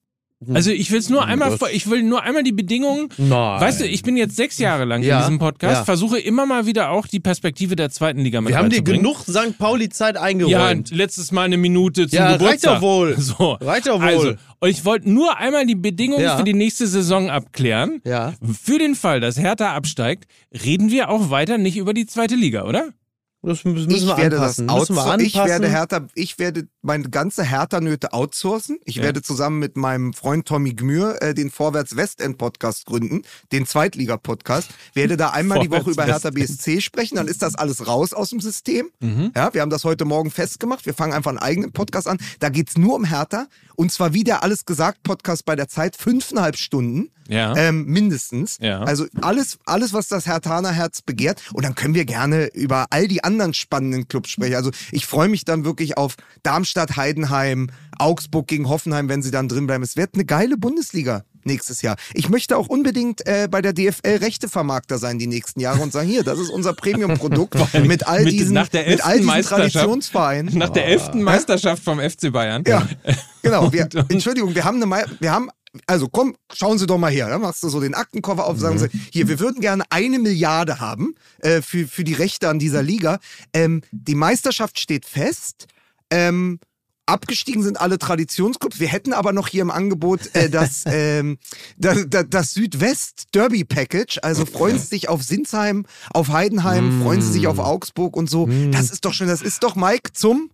Also ich will es nur einmal, das- vor- ich will nur einmal die Bedingungen. Nein. Weißt du, ich bin jetzt sechs Jahre lang Ja, in diesem Podcast, ja. versuche immer mal wieder auch die Perspektive der zweiten Liga mit Wir haben dir reinzubringen. genug Sankt Pauli-Zeit Ja, eingeräumt. letztes Mal eine Minute zum Ja, reicht Geburtstag. doch wohl. So. Reicht doch wohl. Also, und ich wollte nur einmal die Bedingungen Ja. für die nächste Saison abklären. Ja. Für den Fall, dass Hertha absteigt, reden wir auch weiter nicht über die zweite Liga, oder? Das müssen Ich wir werde anpassen. das Müssen wir outsourcen. Ich anpassen. werde Hertha, ich werde meine ganze Hertha-Nöte outsourcen. Ich Ja. werde zusammen mit meinem Freund Tommy Gmür äh, den Vorwärts-Westend-Podcast gründen, den Zweitliga-Podcast. Werde da einmal die Woche über Hertha B S C sprechen, dann ist das alles raus aus dem System. Mhm. Ja, wir haben das heute Morgen festgemacht. Wir fangen einfach einen eigenen Podcast an. Da geht's nur um Hertha. Und zwar wie der Alles gesagt Podcast bei der Zeit, fünfeinhalb Stunden. Ja. Ähm, mindestens. Ja. Also alles, alles, was das Herthaner Herz begehrt. Und dann können wir gerne über all die anderen spannenden Clubs sprechen. Also ich freue mich dann wirklich auf Darmstadt, Heidenheim, Augsburg gegen Hoffenheim, wenn sie dann drin bleiben. Es wird eine geile Bundesliga nächstes Jahr. Ich möchte auch unbedingt äh, bei der D F L Rechtevermarkter sein die nächsten Jahre und sagen, hier, das ist unser Premium-Produkt mit all mit- diesen, nach der mit all elften diesen Meisterschaft. Traditionsvereinen. Nach der elften Meisterschaft vom F C Bayern. Ja, genau. Wir, Und- und- Entschuldigung, wir haben eine, Mei- wir haben, also komm, schauen Sie doch mal her. Dann machst du so den Aktencover auf, sagen Sie, hier, wir würden gerne eine Milliarde haben äh, für, für die Rechte an dieser Liga. Ähm, die Meisterschaft steht fest. Ähm, Abgestiegen sind alle Traditionsclubs. Wir hätten aber noch hier im Angebot äh, das, ähm, das, das, das Südwest-Derby-Package. Also freuen Sie sich auf Sinsheim, auf Heidenheim, freuen Sie sich auf Augsburg und so. Das ist doch schön. Das ist doch, Mike, zum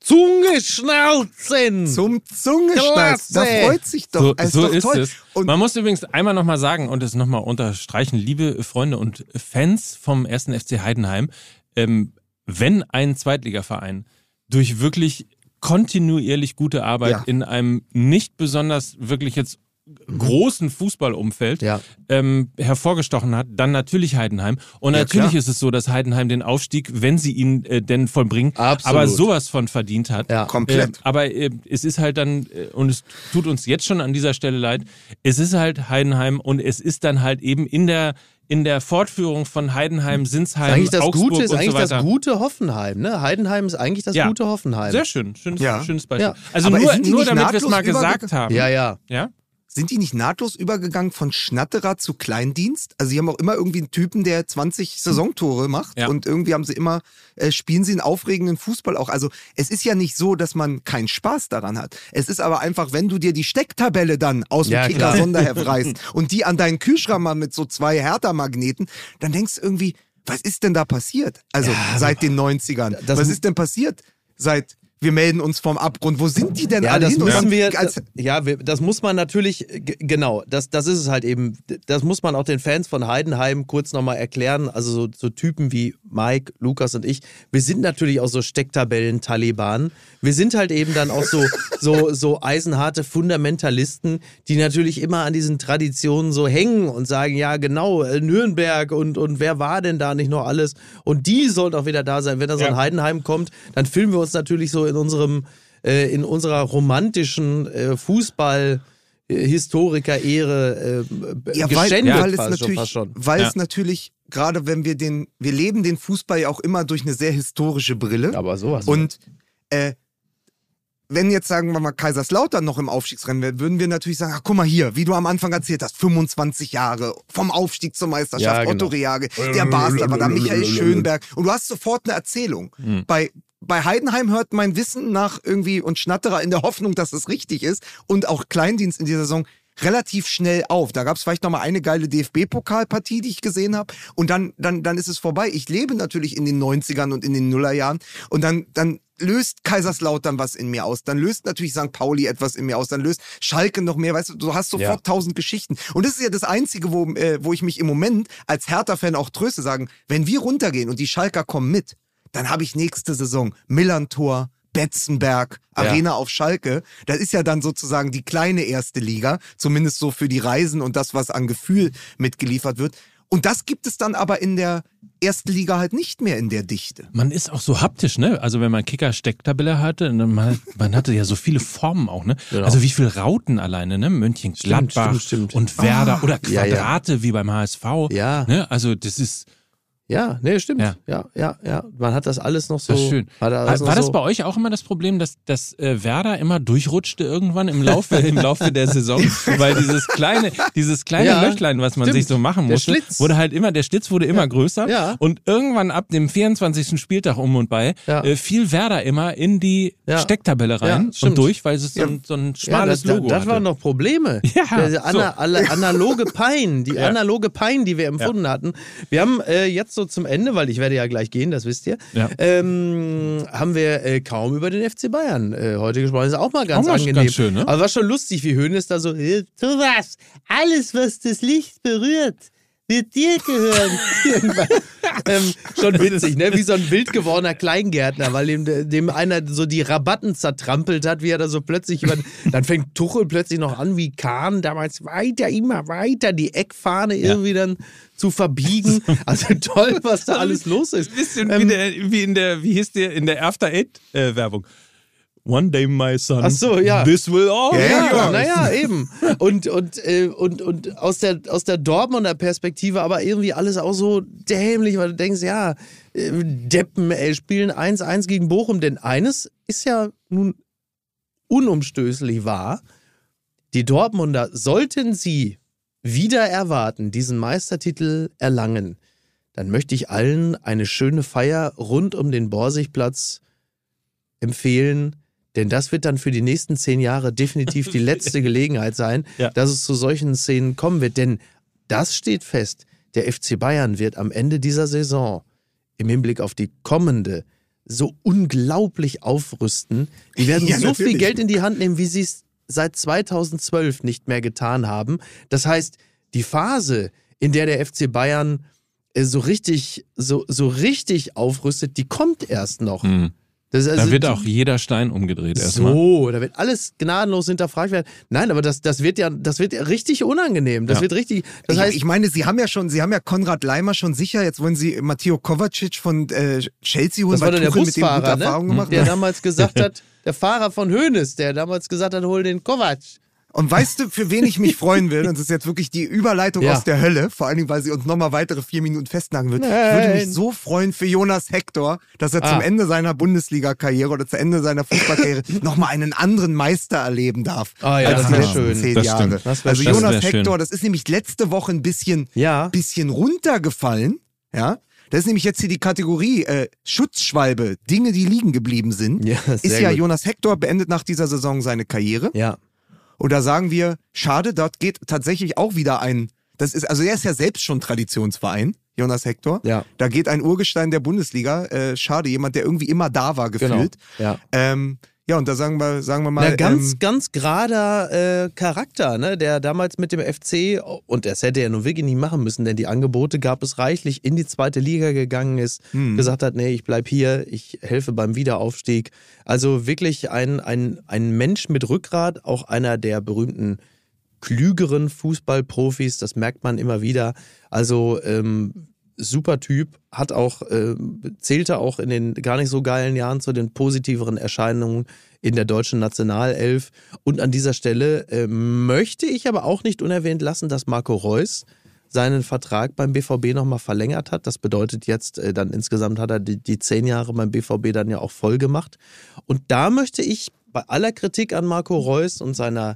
Zungeschnauzen! Zum Zungeschnalzen. Da Klasse. freut sich doch. So, ist so doch ist toll. es. Und Man muss übrigens einmal nochmal sagen und es nochmal unterstreichen, liebe Freunde und Fans vom ersten F C Heidenheim, ähm, wenn ein Zweitligaverein durch wirklich kontinuierlich gute Arbeit Ja. in einem nicht besonders wirklich jetzt großen Fußballumfeld Ja. ähm, hervorgestochen hat, dann natürlich Heidenheim. Und Ja, natürlich klar. ist es so, dass Heidenheim den Aufstieg, wenn sie ihn äh, denn vollbringen, Absolut. aber sowas von verdient hat. Ja. komplett. Äh, aber äh, es ist halt dann, äh, und es tut uns jetzt schon an dieser Stelle leid, es ist halt Heidenheim und es ist dann halt eben in der in der Fortführung von Heidenheim, Sinsheim, Eigentlich das Augsburg Gute ist und eigentlich so weiter. das gute Hoffenheim. Ne? Heidenheim ist eigentlich das Ja. gute Hoffenheim. Sehr schön, schönes, Ja. schönes Beispiel. Ja. Also Aber nur, sind die nur nicht damit wir es nahtlos mal gesagt übergegangen? haben. Ja, ja. Ja? Sind die nicht nahtlos übergegangen von Schnatterer zu Kleindienst? Also sie haben auch immer irgendwie einen Typen, der zwanzig Saisontore macht Ja. und irgendwie haben sie immer, äh, spielen sie einen aufregenden Fußball auch. Also es ist ja nicht so, dass man keinen Spaß daran hat. Es ist aber einfach, wenn du dir die Stecktabelle dann aus dem Ja, klar. Kicker-Sonderheft reißt und die an deinen Kühlschrank mal mit so zwei Hertha-Magneten, dann denkst du irgendwie, was ist denn da passiert? Also seit den neunzigern. das- Was ist denn passiert seit wir melden uns vom Abgrund. Wo sind die denn Ja, alle das hin? Und müssen dann- wir, als, ja, wir, das muss man natürlich, g- genau, das, das ist es halt eben, das muss man auch den Fans von Heidenheim kurz nochmal erklären, also so, so Typen wie Mike, Lukas und ich, wir sind natürlich auch so Stecktabellen-Taliban, wir sind halt eben dann auch so, so, so eisenharte Fundamentalisten, die natürlich immer an diesen Traditionen so hängen und sagen, ja genau, äh, Nürnberg und, und wer war denn da nicht noch alles und die sollten auch wieder da sein, wenn da so ein Ja. Heidenheim kommt, dann filmen wir uns natürlich so in unserem äh, in unserer romantischen äh, Fußball Historiker-Ehre äh, ja, weil, geschändet weil es fast schon, natürlich, fast schon. weil Ja. es natürlich, gerade wenn wir den, wir leben den Fußball ja auch immer durch eine sehr historische Brille. Aber sowas. Und äh, wenn jetzt, sagen wir mal, Kaiserslautern noch im Aufstiegsrennen wäre, würden wir natürlich sagen, ach, guck mal hier, wie du am Anfang erzählt hast, fünfundzwanzig Jahre vom Aufstieg zur Meisterschaft, Ja, genau. Otto Reage, der Basler war da, Michael Schönberg. Und du hast sofort eine Erzählung. Mhm. Bei Bei Heidenheim hört mein Wissen nach irgendwie und Schnatterer in der Hoffnung, dass es richtig ist und auch Kleindienst in dieser Saison relativ schnell auf. Da gab es vielleicht noch mal eine geile D F B-Pokalpartie, die ich gesehen habe und dann, dann, dann ist es vorbei. Ich lebe natürlich in den neunzigern und in den Nullerjahren und dann, dann löst Kaiserslautern was in mir aus, dann löst natürlich Sankt Pauli etwas in mir aus, dann löst Schalke noch mehr, weißt du, du hast sofort Ja. tausend Geschichten. Und das ist ja das Einzige, wo, äh, wo ich mich im Moment als Hertha-Fan auch tröste, sagen, wenn wir runtergehen und die Schalker kommen mit, dann habe ich nächste Saison Millantor, Betzenberg, Arena Ja. auf Schalke. Das ist ja dann sozusagen die kleine erste Liga, zumindest so für die Reisen und das, was an Gefühl mitgeliefert wird. Und das gibt es dann aber in der ersten Liga halt nicht mehr in der Dichte. Man ist auch so haptisch, ne? Also wenn man Kicker-Stecktabelle hatte, dann man, man hatte ja so viele Formen auch, ne? Genau. Also wie viele Rauten alleine, ne? Mönchengladbach Stimmt, stimmt, stimmt. und Werder oder Ja, ja. Quadrate wie beim H S V. Ja. Ne? Also das ist, Ja, nee, stimmt. Ja. Ja, ja, ja. Man hat das alles noch so. das ist schön. Hat War, alles noch war das so, bei euch auch immer das Problem, dass, dass äh, Werder immer durchrutschte irgendwann im Laufe, im Laufe der Saison? Weil dieses kleine, dieses kleine Ja, Löchlein, was man stimmt. sich so machen Der musste, Schlitz. wurde halt immer, der Schlitz wurde immer größer. Ja. Und irgendwann ab dem vierundzwanzigsten Spieltag um und bei Ja. äh, fiel Werder immer in die Ja. Stecktabelle rein Ja, und stimmt. durch, weil es so, ein, so ein ja, schmales das, Logo das, das hatte. waren noch Probleme. Ja, Der ana, alle, analoge Pein, die Ja. analoge Pein, die wir empfunden hatten. Wir haben äh, jetzt so zum Ende, weil ich werde ja gleich gehen, das wisst ihr, Ja. ähm, haben wir äh, kaum über den F C Bayern äh, heute gesprochen. Das ist auch mal ganz Auch mal angenehm. ganz schön, ne? Aber war schon lustig, wie Hoeneß da so, äh, Thomas, alles, was das Licht berührt, wird dir gehören. Irgendwann. ähm, schon witzig, ne? Wie so ein wild gewordener Kleingärtner, weil dem, dem einer so die Rabatten zertrampelt hat, wie er da so plötzlich über. Dann fängt Tuchel plötzlich noch an, wie Kahn damals weiter, immer weiter die Eckfahne irgendwie dann zu verbiegen. Also toll, was da alles los ist. Ein bisschen Ähm, wie, der, wie in der, wie hieß der, in der After Eight äh, Werbung. One day, my son. Ach so, ja. This will all. Ja, Ja, naja, eben. Und, und, äh, und, und aus der, aus der Dortmunder Perspektive aber irgendwie alles auch so dämlich, weil du denkst, ja, äh, Deppen, ey, spielen eins eins gegen Bochum, denn eines ist ja nun unumstößlich wahr. Die Dortmunder, sollten sie wieder erwarten, diesen Meistertitel erlangen, dann möchte ich allen eine schöne Feier rund um den Borsigplatz empfehlen, denn das wird dann für die nächsten zehn Jahre definitiv die letzte Gelegenheit sein, Ja. dass es zu solchen Szenen kommen wird. Denn das steht fest, der F C Bayern wird am Ende dieser Saison im Hinblick auf die kommende so unglaublich aufrüsten. Die werden Ja, so natürlich. viel Geld in die Hand nehmen, wie sie es seit zweitausendzwölf nicht mehr getan haben. Das heißt, die Phase, in der der F C Bayern äh, so richtig, so, so richtig aufrüstet, die kommt erst noch. Hm. Das, Da also, wird auch jeder Stein umgedreht erstmal. so, da wird alles gnadenlos hinterfragt werden. Nein, aber das, das wird ja, das wird ja richtig unangenehm. Das Ja. wird richtig, das ich, heißt, ich meine, sie haben ja schon, sie haben ja Konrad Leimer schon sicher, jetzt wollen sie Matteo Kovacic von äh, Chelsea holen, das war weil der Tuchel mit dem gute Busfahrer, Erfahrungen ne? gemacht der hat. damals gesagt hat, der Fahrer von Hoeneß, der damals gesagt hat, hol den Kovac. Und weißt du, für wen ich mich freuen will? Und das ist jetzt wirklich die Überleitung Ja. aus der Hölle, vor allen Dingen, weil sie uns nochmal weitere vier Minuten festnageln wird. Ich würde mich Nein. so freuen für Jonas Hector, dass er Ah. zum Ende seiner Bundesliga-Karriere oder zu Ende seiner Fußballkarriere nochmal einen anderen Meister erleben darf. Ah ja, als das die wär letzten schön. zehn Das Jahre. stimmt. Das wär Also schön. Jonas Das wär Hector, schön. das ist nämlich letzte Woche ein bisschen, Ja. bisschen runtergefallen. Ja. Das ist nämlich jetzt hier die Kategorie äh, Schutzschwalbe, Dinge, die liegen geblieben sind. Ja, ist sehr ja gut. Jonas Hector beendet nach dieser Saison seine Karriere. Ja. Oder sagen wir, schade, dort geht tatsächlich auch wieder ein, das ist, also er ist ja selbst schon Traditionsverein, Jonas Hector. Ja. Da geht ein Urgestein der Bundesliga, äh, schade, jemand, der irgendwie immer da war, gefühlt. Genau. Ja. Ähm, ja, und da sagen wir, sagen wir mal... Na, ganz, ähm, ganz gerader äh, Charakter, ne? Der damals mit dem F C, und das hätte er nun wirklich nicht machen müssen, denn die Angebote gab es reichlich, in die zweite Liga gegangen ist, hm. gesagt hat, nee, ich bleib hier, ich helfe beim Wiederaufstieg. Also wirklich ein, ein, ein Mensch mit Rückgrat, auch einer der berühmten klügeren Fußballprofis, das merkt man immer wieder. Also ähm, super Typ, hat auch, äh, zählte auch in den gar nicht so geilen Jahren zu den positiveren Erscheinungen in der deutschen Nationalelf. Und an dieser Stelle äh, möchte ich aber auch nicht unerwähnt lassen, dass Marco Reus seinen Vertrag beim B V B nochmal verlängert hat. Das bedeutet jetzt, äh, dann insgesamt hat er die, die zehn Jahre beim B V B dann ja auch voll gemacht. Und da möchte ich bei aller Kritik an Marco Reus und seiner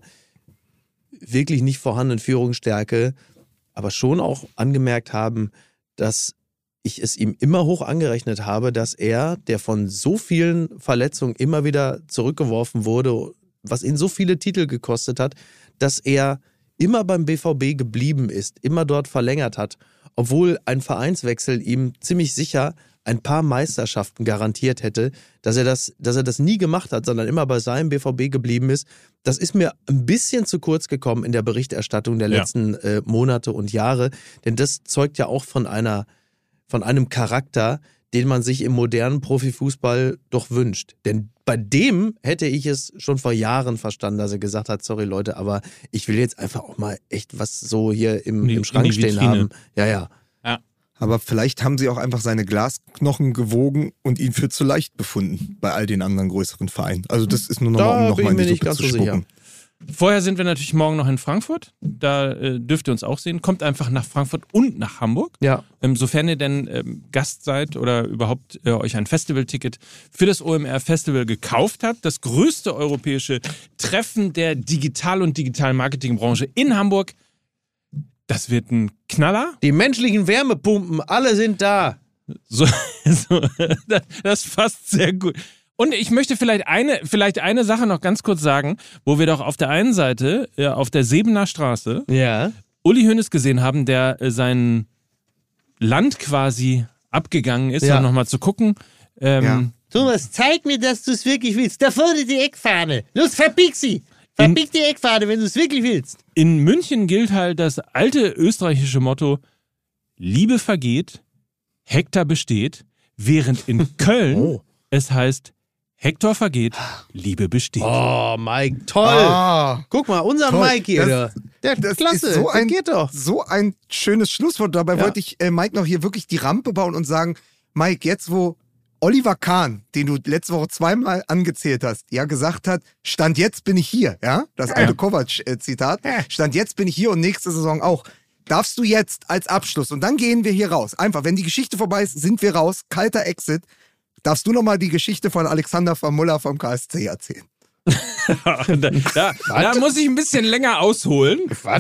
wirklich nicht vorhandenen Führungsstärke aber schon auch angemerkt haben, dass ich es ihm immer hoch angerechnet habe, dass er, der von so vielen Verletzungen immer wieder zurückgeworfen wurde, was ihn so viele Titel gekostet hat, dass er immer beim B V B geblieben ist, immer dort verlängert hat, obwohl ein Vereinswechsel ihm ziemlich sicher ein paar Meisterschaften garantiert hätte, dass er das, dass er das nie gemacht hat, sondern immer bei seinem B V B geblieben ist. Das ist mir ein bisschen zu kurz gekommen in der Berichterstattung der letzten ja. äh, Monate und Jahre, denn das zeugt ja auch von einer, von einem Charakter, den man sich im modernen Profifußball doch wünscht. Denn bei dem hätte ich es schon vor Jahren verstanden, dass er gesagt hat, sorry Leute, aber ich will jetzt einfach auch mal echt was so hier im, die, im Schrank stehen haben. Ja, ja. Ja. Aber vielleicht haben sie auch einfach seine Glasknochen gewogen und ihn für zu leicht befunden bei all den anderen größeren Vereinen. Also das ist nur nochmal, um nochmal in die Suppe zu spucken. Vorher sind wir natürlich morgen noch in Frankfurt. Da äh, dürft ihr uns auch sehen. Kommt einfach nach Frankfurt und nach Hamburg. Ja. Ähm, sofern ihr denn ähm, Gast seid oder überhaupt äh, euch ein Festivalticket für das O M R Festival gekauft habt. Das größte europäische Treffen der Digital- und Digital-Marketing-Branche in Hamburg. Das wird ein Knaller. Die menschlichen Wärmepumpen, alle sind da. So, so, das passt sehr gut. Und ich möchte vielleicht eine, vielleicht eine Sache noch ganz kurz sagen, wo wir doch auf der einen Seite, ja, auf der Sebener Straße, ja. Uli Hoeneß gesehen haben, der äh, sein Land quasi abgegangen ist, ja. um nochmal zu gucken. Ähm, ja. Thomas, zeig mir, dass du es wirklich willst. Da vorne die Eckfahne. Los, verbieg sie. Verbieg die Eckfahne, wenn du es wirklich willst. In München gilt halt das alte österreichische Motto, Liebe vergeht, Hektar besteht, während in Köln oh. es heißt, Hektor vergeht, Liebe besteht. Oh, Mike, toll. Ah, Guck mal, unser toll. Mike hier. Das, der, das klasse, ist so ein, geht doch. so ein schönes Schlusswort. Dabei Ja. wollte ich äh, Mike noch hier wirklich die Rampe bauen und sagen, Mike, jetzt wo Oliver Kahn, den du letzte Woche zweimal angezählt hast, ja gesagt hat, Stand jetzt bin ich hier, ja? Das alte Kovac-Zitat. Stand jetzt bin ich hier und nächste Saison auch. Darfst du jetzt als Abschluss, und dann gehen wir hier raus, einfach, wenn die Geschichte vorbei ist, sind wir raus, kalter Exit, darfst du nochmal die Geschichte von Alexander Vermuller vom K S C erzählen. da, da, da muss ich ein bisschen länger ausholen. Was?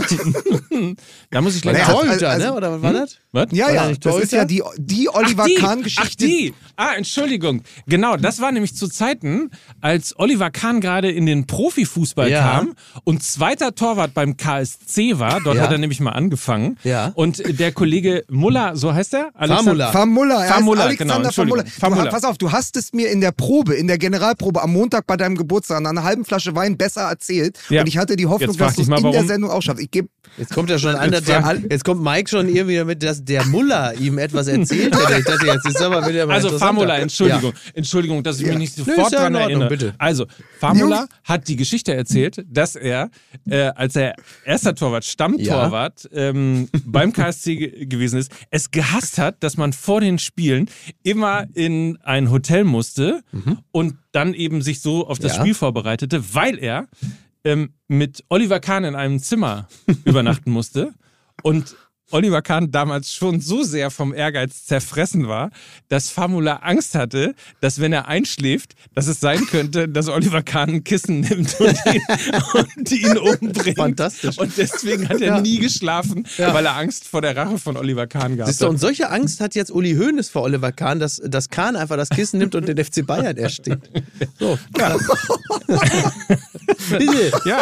Da muss ich länger Naja, ausholen. Torhüter, also- ne? Oder was war das? Was? Ja, War ja, er nicht das ist Torhüter? ja die, die Oliver Ach, die. Kahn-Geschichte. Ach, die. Ah, Entschuldigung. Genau, das war nämlich zu Zeiten, als Oliver Kahn gerade in den Profifußball Ja. kam und zweiter Torwart beim K S C war. Dort Ja. hat er nämlich mal angefangen. Ja. Und der Kollege Muller, so heißt er? Alexander- Famula. Vermuller, er Vermuller, heißt genau, Alexander Entschuldigung. Vermuller. Du, Vermuller. ha- pass auf, du hast es mir in der Probe, in der Generalprobe am Montag bei deinem Geburtstag an einer halben Flasche Wein besser erzählt. Ja. Und ich hatte die Hoffnung, Jetzt frag dass du dich es mal, in der warum. Sendung auch schaffst. Ich gebe Jetzt kommt ja schon an, dass der, jetzt kommt Mike schon irgendwie damit, dass der Muller ihm etwas erzählt hätte. Ich dachte, jetzt ist aber wieder mal Also interessanter. Famula, Entschuldigung. Entschuldigung, dass ich mich nicht Nö, sofort ist ja in daran Ordnung, erinnere. bitte. Also, Famula hat die Geschichte erzählt, dass er, äh, als er erster Torwart, Stammtorwart ähm, beim K S C ge- gewesen ist, es gehasst hat, dass man vor den Spielen immer in ein Hotel musste und dann eben sich so auf das Ja. Spiel vorbereitete, weil er ähm, mit Oliver Kahn in einem Zimmer übernachten musste und Oliver Kahn damals schon so sehr vom Ehrgeiz zerfressen war, dass Famula Angst hatte, dass wenn er einschläft, dass es sein könnte, dass Oliver Kahn ein Kissen nimmt und ihn, und ihn umbringt. Fantastisch. Und deswegen hat er Ja. nie geschlafen, Ja. weil er Angst vor der Rache von Oliver Kahn gehabt Siehst du, hat. und solche Angst hat jetzt Uli Hoeneß vor Oliver Kahn, dass, dass Kahn einfach das Kissen nimmt und den F C Bayern ersteht. So. Ja. Bitte. Ja.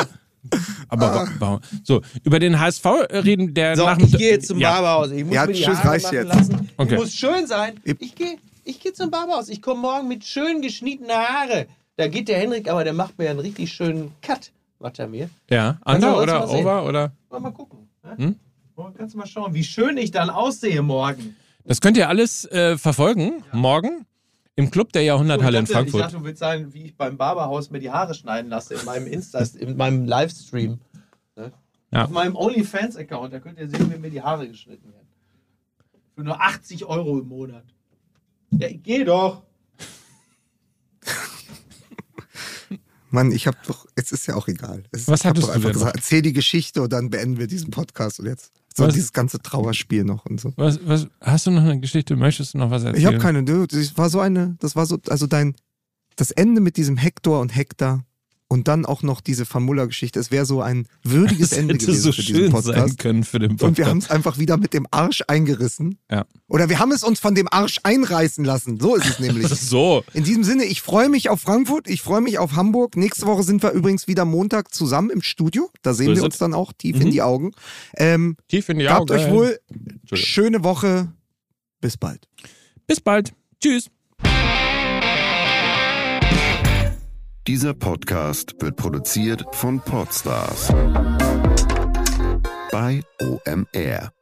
Aber warum? So, über den H S V reden, der So, nach ich gehe jetzt zum ja. Barberhaus. Ich muss Ja, mir die tschüss, Haare reicht machen jetzt. lassen. Okay. Ich muss schön sein. Ich- Ich gehe ich geh zum Barberhaus. Ich komme morgen mit schön geschnittenen Haare. Da geht der Henrik, aber der macht mir einen richtig schönen Cut, macht er mir. Ja, Kannst du Under uns oder mal sehen? Over oder? Mal, mal gucken. Ne? Hm? Oh, kannst du mal schauen, wie schön ich dann aussehe morgen. Das könnt ihr alles äh, verfolgen, morgen im Club der Jahrhunderthalle in ich, dachte, ich Frankfurt. dachte, du willst sagen, wie ich beim Barberhaus mir die Haare schneiden lasse in meinem Insta, in meinem Livestream. Ne? Ja. Auf meinem OnlyFans-Account, da könnt ihr sehen, wie mir die Haare geschnitten werden. Für nur achtzig Euro im Monat. Ja, geh doch. Mann, ich hab doch, es ist ja auch egal. Es, Was ich hab hattest doch du einfach denn gesagt, erzähl die Geschichte und dann beenden wir diesen Podcast und jetzt so Was? dieses ganze Trauerspiel noch und so. Was, was, hast du noch eine Geschichte? Möchtest du noch was erzählen? Ich habe keine, du, das war so eine, das war so, also dein, das Ende mit diesem Hector und Hektar und dann auch noch diese Famulla-Geschichte, es wäre so ein würdiges Das Ende hätte gewesen so für diesen schön Podcast. sein können für den Podcast. Und wir haben es einfach wieder mit dem Arsch eingerissen. Ja. Oder wir haben es uns von dem Arsch einreißen lassen. So ist es nämlich. So. In diesem Sinne, ich freue mich auf Frankfurt, ich freue mich auf Hamburg. Nächste Woche sind wir übrigens wieder Montag zusammen im Studio. Da sehen So ist wir uns es. dann auch tief Mhm. in die Augen. Ähm, Tief in die Gehabt Augen. euch wohl. Entschuldigung. Schöne Woche. Bis bald. Bis bald. Tschüss. Dieser Podcast wird produziert von Podstars bei O M R.